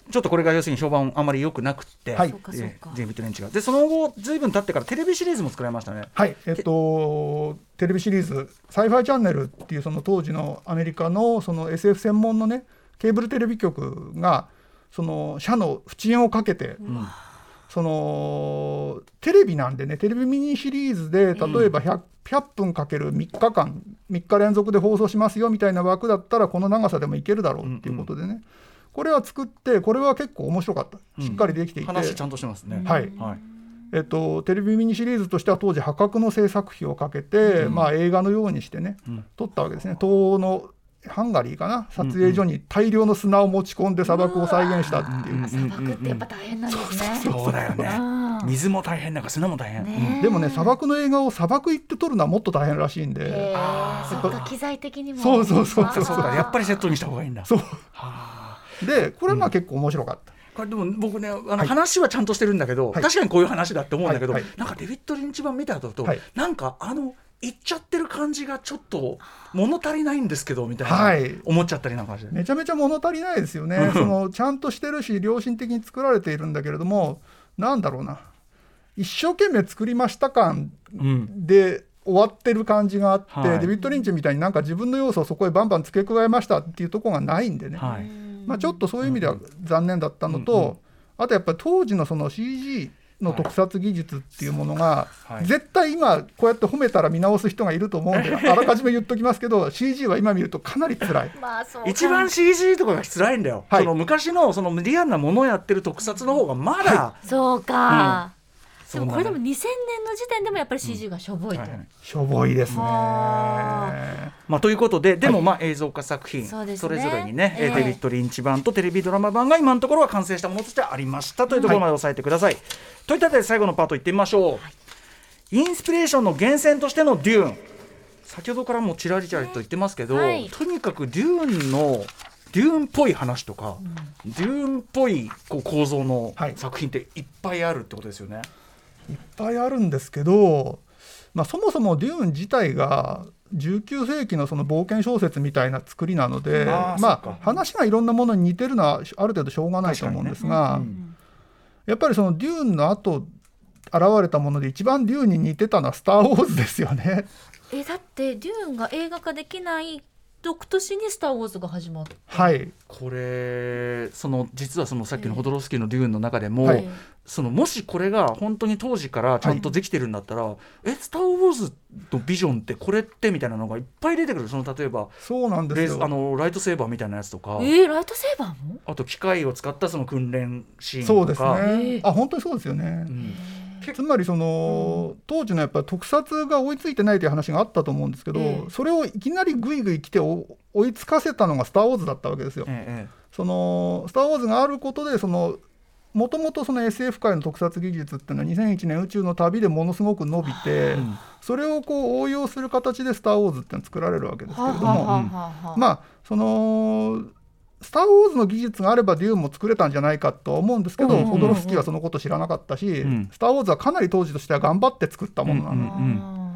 ちょっとこれが要するに評判あまり良くなくて、 はい、 えー、デイビッド・リンチがでその後ずいぶん経ってからテレビシリーズも作られましたね。 はい、えっとテレビシリーズサイファイチャンネルっていうその当時のアメリカのその エスエフ 専門のねケーブルテレビ局がその社の不遅延をかけて、うん、そのテレビなんでねテレビミニシリーズで例えば ひゃく, ひゃっぷんかけるみっかかんみっか連続で放送しますよみたいな枠だったらこの長さでもいけるだろうっていうことでね、うんうん、これは作ってこれは結構面白かった、しっかりできていて、 うん、話ちゃんとしてますね。 はい、はい、えっと、テレビミニシリーズとしては当時破格の制作費をかけて、うん、まあ、映画のようにしてね、うん、撮ったわけですね。東欧のハンガリーかな撮影所に大量の砂を持ち込んで砂漠を再現したっていう、うんうん、 砂漠ってやっぱ大変なんですね。 そうだよね。水も大変だから砂も大変、 ね、でもね砂漠の映画を砂漠行って撮るのはもっと大変らしいんで、 あそっか機材的にもそうそうそうそうそうやっぱりセットにした方がいいんだ。 そうはでこれはまあ結構面白かった、うんこれでも僕ねあの話はちゃんとしてるんだけど、はい、確かにこういう話だって思うんだけど、はいはい、なんかデビッド・リンチ版見た後だと、はい、なんかあの言っちゃってる感じがちょっと物足りないんですけどみたいな、はい、思っちゃったりなんかしてめちゃめちゃ物足りないですよねそのちゃんとしてるし良心的に作られているんだけれどもなんだろうな一生懸命作りました感で終わってる感じがあって、うんはい、デビッド・リンチみたいになんか自分の要素をそこへバンバン付け加えましたっていうところがないんでね、はいまあ、ちょっとそういう意味では残念だったのと、うんうん、あとやっぱり当時のその シージー の特撮技術っていうものが、はい、絶対今こうやって褒めたら見直す人がいると思うんで、はい、あらかじめ言っときますけど シージー は今見るとかなり辛いまあそう一番 シージー とかが辛いんだよ、はい、その昔 の, そのリアルなものをやってる特撮の方がまだ、 はい、そうか、うんでもこれでもにせんねんの時点でもやっぱり シージー がしょぼいと、うんはい、 しょぼいですね、 まあ、ということででもまあ映像化作品、はい、それぞれにね、えー、デビッド・リンチ版とテレビドラマ版が今のところは完成したものとしてありましたというところまで押さえてください、はい、といったわけで最後のパートいってみましょう、はい、インスピレーションの源泉としてのデューン先ほどからもちらりちらりと言ってますけど、はい、とにかくデューンのデューンっぽい話とか、うん、デューンっぽいこう構造の作品っていっぱいあるってことですよね、はいいっぱいあるんですけど、まあ、そもそもデューン自体がじゅうきゅうせいきのその冒険小説みたいな作りなので、あ、まあ、話がいろんなものに似てるのはある程度しょうがないと思うんですが、ねうん、やっぱりそのデューンの後現れたもので一番デューンに似てたのはスター・ウォーズですよね。 えだってデューンが映画化できない翌年にスター・ウォーズが始まった、 はい、 これその実はそのさっきのホドロフスキーのデューンの中でも、はい、そのもしこれが本当に当時からちゃんとできてるんだったら、はい、えスター・ウォーズのビジョンってこれってみたいなのがいっぱい出てくる。その例えばそうなんですよあのライトセーバーみたいなやつとか、 えー、ライトセーバーもあと機械を使ったその訓練シーンとかそうですね、あ本当にそうですよね、うんつまりその、うん、当時のやっぱり特撮が追いついてないという話があったと思うんですけど、えー、それをいきなりグイグイ来て追いつかせたのがスター・ウォーズだったわけですよ、えー、そのスター・ウォーズがあることでそのもともとその エスエフ 界の特撮技術っていうのはにせんいちねん宇宙の旅でものすごく伸びて、うん、それをこう応用する形でスター・ウォーズっていうのは作られるわけですけれども、まあそのスター・ウォーズの技術があればデューンも作れたんじゃないかと思うんですけど、うんうんうん、ホドロフスキーはそのこと知らなかったし、うん、スター・ウォーズはかなり当時としては頑張って作ったものなの、うんうんうん、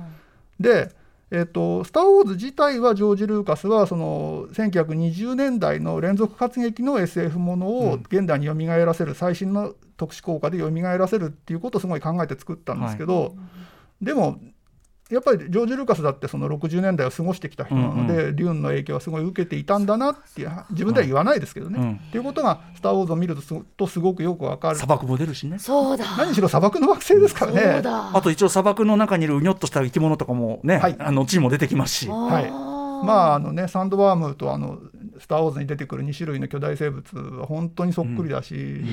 で、えーと、スター・ウォーズ自体はジョージ・ルーカスはそのせんきゅうひゃくにじゅうねんだいの連続活劇の エスエフ ものを現代に蘇らせる、最新の特殊効果で蘇らせるっていうことをすごい考えて作ったんですけど、はい、でもやっぱりジョージ・ルーカスだってそのろくじゅうねんだいを過ごしてきた人なので、うんうん、デューンの影響はすごい受けていたんだなっていう自分では言わないですけどね、うん、っていうことがスター・ウォーズを見ると す, とすごくよくわかる。 砂漠も出るしね。 そうだ何しろ砂漠の惑星ですからね。 そうだあと一応砂漠の中にいるうにょっとした生き物とかもね、はい、あの地にも出てきますし、 はいまああのね、サンドワームとあのスター・ウォーズに出てくるにしゅるいの巨大生物は本当にそっくりだし、うんうん、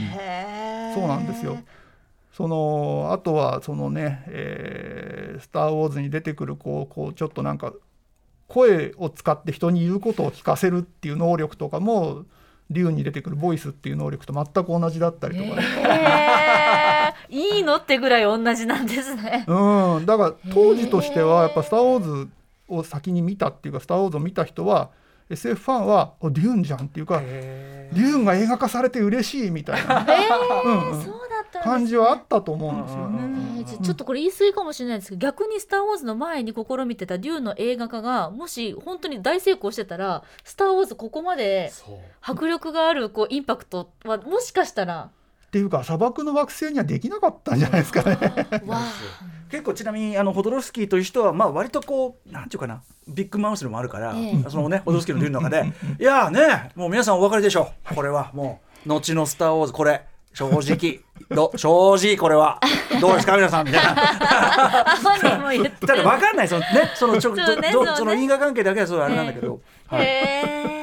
そうなんですよ。そのあとはそのね、えー、スター・ウォーズに出てくるこう、こうちょっとなんか声を使って人に言うことを聞かせるっていう能力とかもデューンに出てくるボイスっていう能力と全く同じだったりとか、 ね、えー、いいのってぐらい同じなんですね、 うん、だから当時としてはやっぱスター・ウォーズを先に見たっていうかスター・ウォーズを見た人は エスエフ ファンはデューンじゃんっていうかデューンが映画化されて嬉しいみたいな、 えーうんうん、そうだっ感じはあったと思うんですよね。 えー、じゃちょっとこれ言い過ぎかもしれないですけど、逆にスターウォーズの前に試みてたデューンの映画化がもし本当に大成功してたら、スターウォーズここまで迫力があるこうインパクトはもしかしたらっていうか砂漠の惑星にはできなかったんじゃないですかね。 結構ちなみにあのホドロフスキーという人はまあ割とこうなんていうかな、ビッグマウスでもあるから、ええ、そのねホドロフスキーのデューンの中でいやーね、もう皆さんお分かりでしょう、これはもう後のスターウォーズ、これ正直ど正直これはどうですか皆さんみたいなただ分かんない、そのねそのちょそねそ, その因果関係だけはそうあれなんだけど、はい、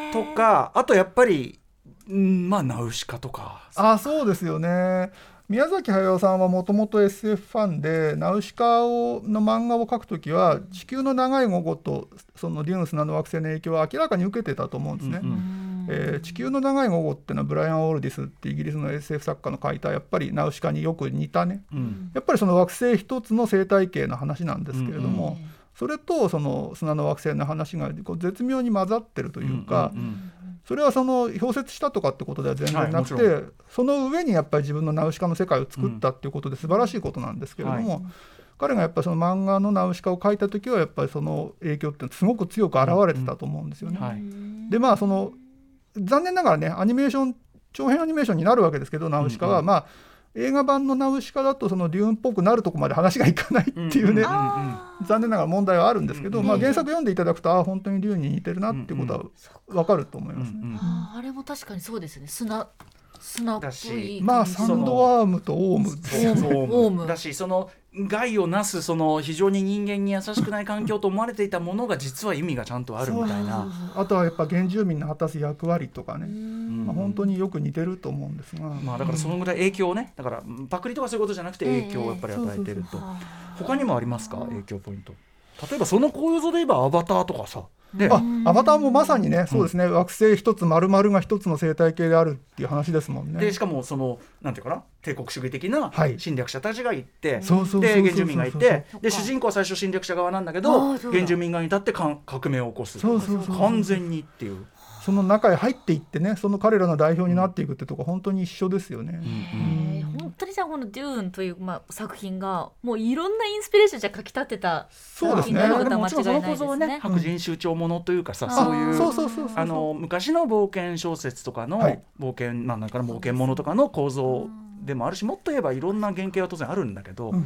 とかあとやっぱりんまあナウシカとか、 あそうですよね。宮崎駿さんはもともと エスエフ ファンで、ナウシカをの漫画を描くときは地球の長い午後とそのデューン砂の惑星の影響は明らかに受けてたと思うんですね、うんうんえー、地球の長い午後っていうのはブライアン・オールディスってイギリスの エスエフ 作家の書いたやっぱりナウシカによく似たね、うん、やっぱりその惑星一つの生態系の話なんですけれども、うんうん、それとその砂の惑星の話がこう絶妙に混ざってるというか、うんうんうんそれはその氷雪したとかってことでは全然なくて、はい、その上にやっぱり自分のナウシカの世界を作ったっていうことで素晴らしいことなんですけれども、うんはい、彼がやっぱりその漫画のナウシカを描いた時はやっぱりその影響ってすごく強く現れてたと思うんですよね、うんはい、でまあその残念ながらねアニメーション長編アニメーションになるわけですけどナウシカは、うんうん、まあ映画版のナウシカだとそのデューンっぽくなるとこまで話がいかないっていうね、うんうんうん、残念ながら問題はあるんですけど、うんうんまあ、原作読んでいただくとあ本当にデューンに似てるなっていうことは分かると思いますね、うんうん、 あ, あれも確かにそうですね、砂砂っぽいまあサンドワームとオウムオウムだし、その害をなすその非常に人間に優しくない環境と思われていたものが実は意味がちゃんとあるみたいな、 あとはやっぱ原住民の果たす役割とかね、まあ、本当によく似てると思うんですが、 まあ、だからそのぐらい影響をね、だからパクリとかそういうことじゃなくて影響をやっぱり与えてると、他にもありますか影響ポイント。例えばその構造で言えばアバターとかさ、 ね、あアバターもまさにね、そうですね、うん、惑星一つ丸々が一つの生態系であるっていう話ですもんね。 でしかもそのなんていうかな、帝国主義的な侵略者たちがいて、で原住民がいて、で主人公は最初侵略者側なんだけど原住民側に立って革命を起こす、そうそうそうそう完全にっていう、 その中へ入っていってね、その彼らの代表になっていくってとこ本当に一緒ですよね、 うんうん、本当にじゃあこのデューンという、まあ、作品がもういろんなインスピレーションじゃ書き立てた作品になることは間違いないですね。その構造はね、白人酋長ものというかさ、うん、そういうそうそうそうそう、 あの昔の冒険小説とかの、はい、冒険なんだから冒険ものとかの構造でもあるし、もっと言えばいろんな原型は当然あるんだけど、うん、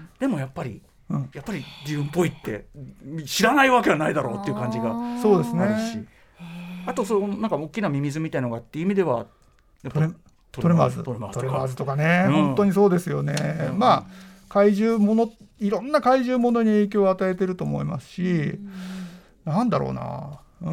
でもやっぱりうん、やっぱりデューンっぽいって知らないわけはないだろうっていう感じがあるし、そうですね。あとそのなんか大きなミミズみたいなのがっていう意味ではトレトレマーズトレマーズとかね、うん、本当にそうですよね、うん、まあ怪獣ものいろんな怪獣ものに影響を与えてると思いますし、うん、なんだろうな、うん、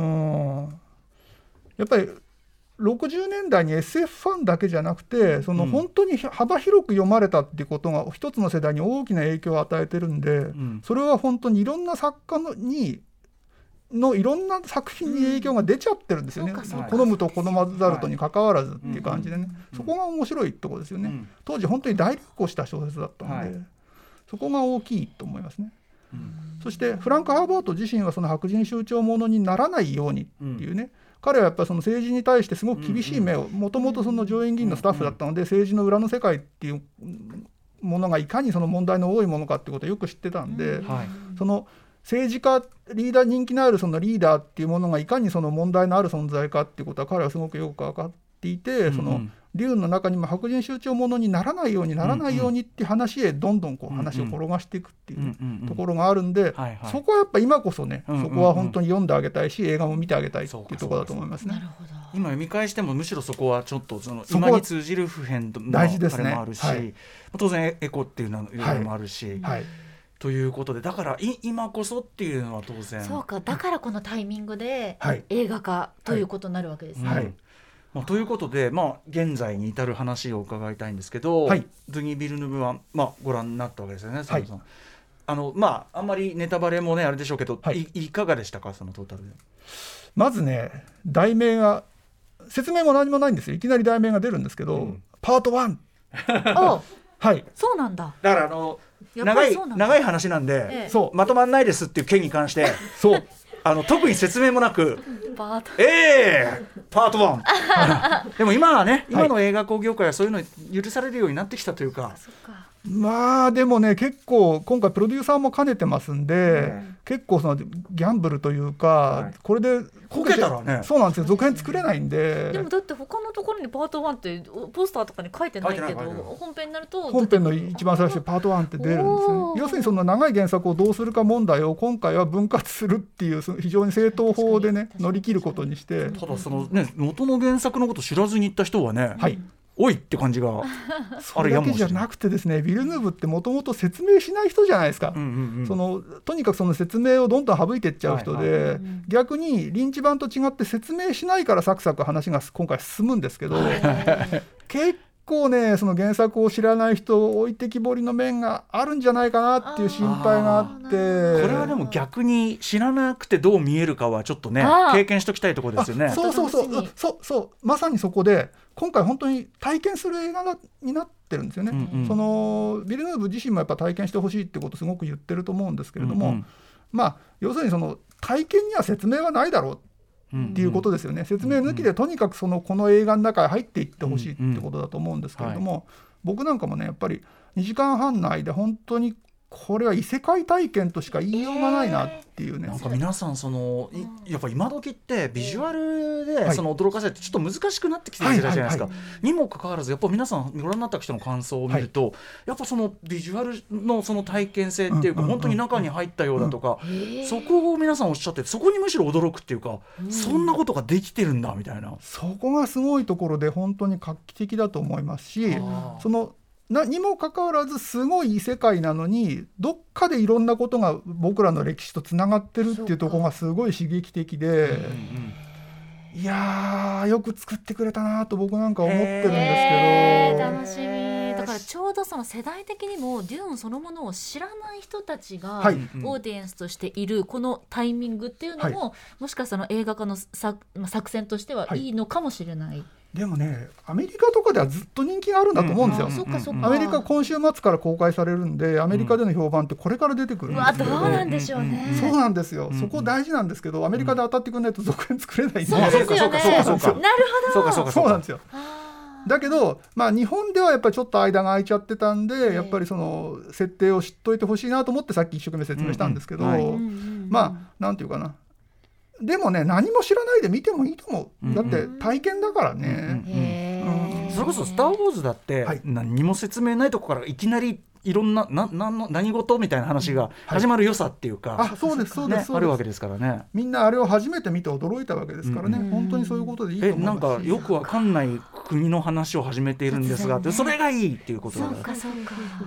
やっぱりろくじゅうねんだいに エスエフ ファンだけじゃなくて、その本当に幅広く読まれたっていうことが一つの世代に大きな影響を与えてるんで、うん、それは本当にいろんな作家のにのいろんな作品に影響が出ちゃってるんですよね、うん、好むと好まざるとに関わらずっていう感じでね、はい、そこが面白いところですよね、うん、当時本当に大流行した小説だったので、はい、そこが大きいと思いますね、うん、そしてフランク・ハーバート自身はその白人酋長ものにならないようにっていうね、うん、彼はやっぱりその政治に対してすごく厳しい目を、もともとその上院議員のスタッフだったので、政治の裏の世界っていうものがいかにその問題の多いものかってことをよく知ってたんで、うんはい、その政治家リーダー人気のあるそのリーダーっていうものがいかにその問題のある存在かっていうことは彼はすごくよく分かっていて、うん、そのデューンの中にも白人酋長ものにならないようにならないようにっていう話へどんどんこう話を転がしていくっていうところがあるんで、そこはやっぱ今こそね、そこは本当に読んであげたいし映画も見てあげたいっていうところだと思いますね。 今読み返してもむしろそこはちょっとその今に通じる普遍のあれもあるし、はい、当然エコっていうのもあるし、はいはいということで、だから今こそっていうのは当然そうか、だからこのタイミングで映画化ということになるわけですね、はいはいまあ、ということで、まあ、現在に至る話を伺いたいんですけど、はい、ドゥニ・ビルヌブは、まあ、ご覧になったわけですよね、佐藤さん、はい、あのまあ、あんまりネタバレもねあれでしょうけど、はい、い, いかがでしたか、そのトータルで。 まずね、題名が説明も何もないんですよ。いきなり題名が出るんですけど、うん、パートワンはい、 そうなんだ。 だからあの長い長い話なんで、ええ、そうまとまんないですっていう件に関してそうあの特に説明もなくパートえー、パートワンでも今はね、今の映画興業界はそういうの許されるようになってきたというか、 そっかまあでもね結構今回プロデューサーも兼ねてますんで、うん、結構そのギャンブルというか、はい、これでこけたらね、 そうなんですよ、続編作れないんで。 でもだって他のところにパートワンってポスターとかに書いてないけど、本編になると本編の一番最初にパートワンって出るんですね。要するにその長い原作をどうするか問題を今回は分割するっていう非常に正当法でね乗り切ることにして。 ただそのね元の原作のこと知らずに行った人はね、はい、おいって感じがそれだけじゃなくてですね、ビルヌーブってもともと説明しない人じゃないですか、うんうんうん、そのとにかくその説明をどんどん省いていっちゃう人で、はいはい、逆にリンチ版と違って説明しないからサクサク話が今回進むんですけど結構ねその原作を知らない人置いてきぼりの面があるんじゃないかなっていう心配があって、これはでも逆に知らなくてどう見えるかはちょっとね経験しておきたいところですよね。 そうそうそうそうそうまさにそこで今回本当に体験する映画になってるんですよね、うんうん、そのビルヌーブ自身もやっぱ体験してほしいってことをすごく言ってると思うんですけれども、うんうん、まあ要するにその体験には説明はないだろうっていうことですよね。説明抜きでとにかくそのこの映画の中に入っていってほしいってことだと思うんですけれども、うんうんはい、僕なんかもねやっぱりにじかんはん内で本当にこれは異世界体験としか言いようがないなっていうね、 えー、なんか皆さんそのやっぱ今時ってビジュアルでその驚かせてちょっと難しくなってきてる時代じゃないですか、はいはいはい、にもかかわらずやっぱ皆さんご覧になった人の感想を見ると、はい、やっぱそのビジュアルのその体験性っていうか、うんうんうん、本当に中に入ったようだとか、うん、そこを皆さんおっしゃってそこにむしろ驚くっていうか、うん、そんなことができてるんだみたいな、 そこがすごいところで本当に画期的だと思いますし、そのなにもかかわらずすごい異世界なのにどっかでいろんなことが僕らの歴史とつながってるっていうところがすごい刺激的で、うんうん、いやーよく作ってくれたなと僕なんか思ってるんですけど、 楽しみだからちょうどその世代的にもデューンそのものを知らない人たちがオーディエンスとしているこのタイミングっていうのも、はい、もしかしたら映画化の作戦としてはいいのかもしれない、はい。 でもねアメリカとかではずっと人気があるんだと思うんですよ、うんうんうん、アメリカ今週末から公開されるんでアメリカでの評判ってこれから出てくるんですけど、 うん、どうなんでしょうね、 うん、そうなんですよ、うん、そこ大事なんですけどアメリカで当たってくれないと続編作れないんで、 そうですよね、そうかそうかそうか、なるほど、 そうかそうかそうなんですよ。だけど、まあ、日本ではやっぱりちょっと間が空いちゃってたんでやっぱりその設定を知っといてほしいなと思ってさっき一生懸命説明したんですけど、うんうんはい、まあなんていうかな、でもね何も知らないで見てもいいと思う。だって体験だからね、うんうんうんうん、それこそスターウォーズだって、はい、何も説明ないとこからいきなりいろんな、な、なの何事みたいな話が始まる良さっていうか、はい、 あそうですそうです、 ね、あるわけですからね。 みんなあれを初めて見て驚いたわけですからね、うん、本当にそういうことでいいと思います。 えなんかよくわかんない国の話を始めているんですが、ね、それがいいっていうことだから。そうかそうか。 うん、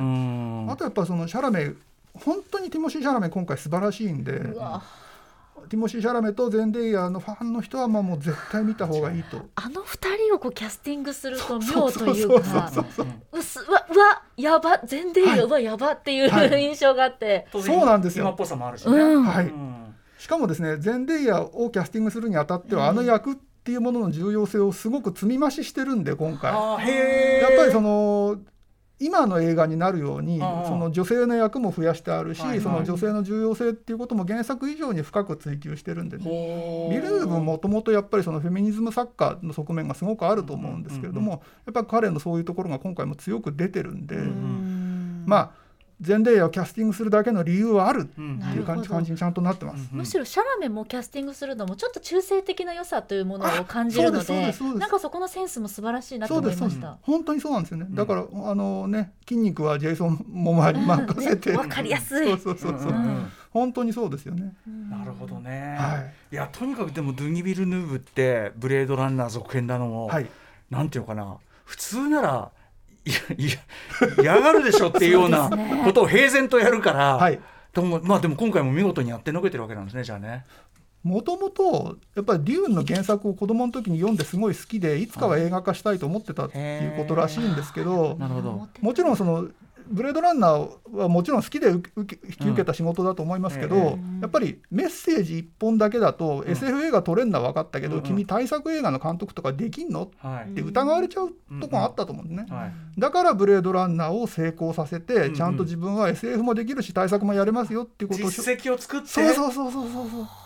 あとやっぱそのシャラメ本当にティモシー・シャラメ今回素晴らしいんで、うわティモシー・シャラメとゼンデイヤーのファンの人はまあもう絶対見た方がいいと。 あのふたりをこうキャスティングすると妙というか、うすわうわやばゼンデイヤーはやばっていう、はい、印象があって、 はい、そうなんですよ。 今っぽさもあるしね、 うんはい、しかもですねゼンデイヤーをキャスティングするにあたっては、うん、あの役っていうものの重要性をすごく積み増ししてるんで今回あへやっぱりその今の映画になるようにその女性の役も増やしてあるし、はいはい、その女性の重要性っていうことも原作以上に深く追求してるんでね。ビルヌーブもともとやっぱりそのフェミニズム作家の側面がすごくあると思うんですけれども、やっぱり彼のそういうところが今回も強く出てるんで、うんまあゼンデイヤーをキャスティングするだけの理由はあるっていう感じ、感じにちゃんとなってます。 むしろシャラメもキャスティングするのもちょっと中性的な良さというものを感じるの で, で, なんかそこのセンスも素晴らしいなと思いました。 本当にそうなんですよね。だから、うん、あのね筋肉はジェイソン・モモアに任せて、 ね、分かりやすい。 そうそうそうそう、うん、本当にそうですよね。 なるほどね、 はい、 いやとにかくでもドゥニ・ビルヌーブってブレードランナー続編なのも、はい、なんていうのかな普通ならいや嫌がるでしょっていうようなことを平然とやるから、はいでもまあ、でも今回も見事にやってのけてるわけなんですね。じゃあねもともとやっぱりデューンの原作を子供の時に読んですごい好きでいつかは映画化したいと思ってたっていうことらしいんですけど、 なるほどもちろんそのブレードランナーはもちろん好きで受け引き受けた仕事だと思いますけど、うん、やっぱりメッセージ一本だけだと エスエフ 映画撮れんのは分かったけど、うん、君大作映画の監督とかできんの、はい、って疑われちゃうとこがあったと思うんですね、うんはい、だからブレードランナーを成功させて、うん、ちゃんと自分は エスエフ もできるし大作もやれますよっていうことを実績を作ってそうそうそうそうそう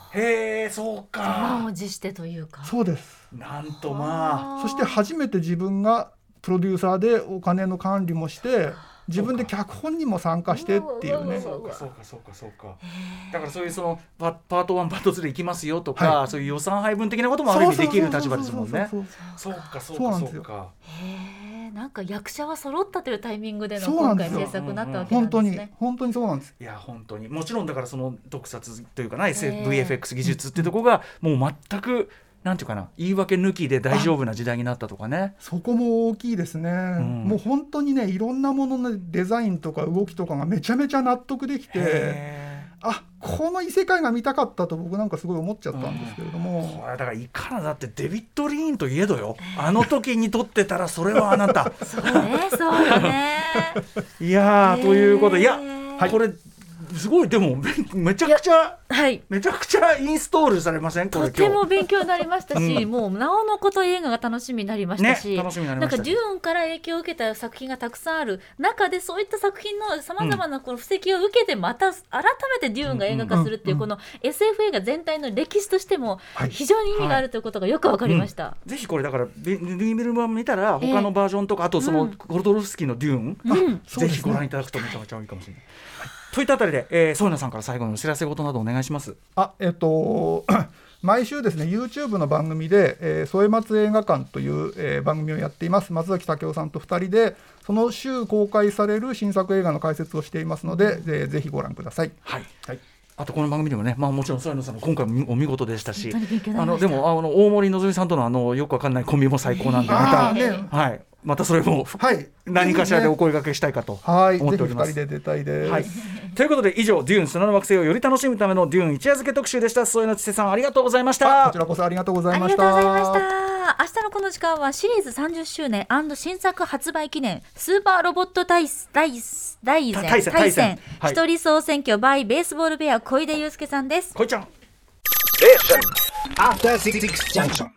へえ、そうか。 満を持してというか。 そうです。 なんとまあ。 そして初めて自分がプロデューサーでお金の管理もして自分で脚本にも参加してっていうね。 そうかそうかそうかそうか。だからそういうそのパートワンパートツーで行きますよとか、はい、そういう予算配分的なこともある意味できる立場ですもんね。そうかそうかそうか。 へえ、なんか役者は揃ったというタイミングでの今回制作になったわけなんですね。 本当に本当にそうなんです。 いや本当にもちろんだからその特撮というかな ブイエフエックス 技術っていうところがもう全くなんていうかな、言い訳抜きで大丈夫な時代になったとかね。 そこも大きいですね、うん、もう本当にねいろんなもののデザインとか動きとかがめちゃめちゃ納得できて、あ、この異世界が見たかったと僕なんかすごい思っちゃったんですけれども、 うん、これだからいかなだってデビッド・リーンといえどよ、あの時に撮ってたらそれはあなたそうねそうよねいやーということで、いや、はい、これすごいでもめちゃくちゃ、はい、めちゃくちゃインストールされません？これとても勉強になりましたし、うん、もうなおのこと映画が楽しみになりましたし、 ね、楽しみになりましたし、 なんかデューンから影響を受けた作品がたくさんある中でそういった作品のさまざまなこの布石を受けてまた改めてデューンが映画化するっていうこの エスエフ 映画全体の歴史としても非常に意味があるということがよく分かりました、はいはい、 うん、ぜひこれだからリーベル版見たら他のバージョンとか、えー、あとそのゴルドロフスキーのデューン、うん、ぜひご覧いただくとめちゃめちゃいいかもしれない、はい、といったあたりで、えー、ソイナさんから最後のお知らせ事などお願いします。 あ、えっと毎週ですね YouTube の番組で、えー、添松映画館という、えー、番組をやっています。松崎武夫さんとふたりでその週公開される新作映画の解説をしていますので、えー、ぜひご覧ください。 はい、はい、あとこの番組でもね、まあ、もちろん添野さんの今回もお見事でしたし、あのでもあの大森のぞみさんとのあのよくわかんないコンビも最高なんで、また、ね、はい、またそれも、はい、何かしらでお声掛けしたいかと思っております。 ぜひふたりで出たいです、 はい、ということで以上デューン砂の惑星をより楽しむためのデューン一夜漬け特集でした。添野千世さんありがとうございました。 こちらこそありがとうございました。 ありがとうございました。明日のこの時間はシリーズさんじゅっしゅうねん&新作発売記念スーパーロボット大大大戦対戦対戦一人総選挙 by ベースボールベア小出祐介さんです。 小出ちゃん。 After Six Junction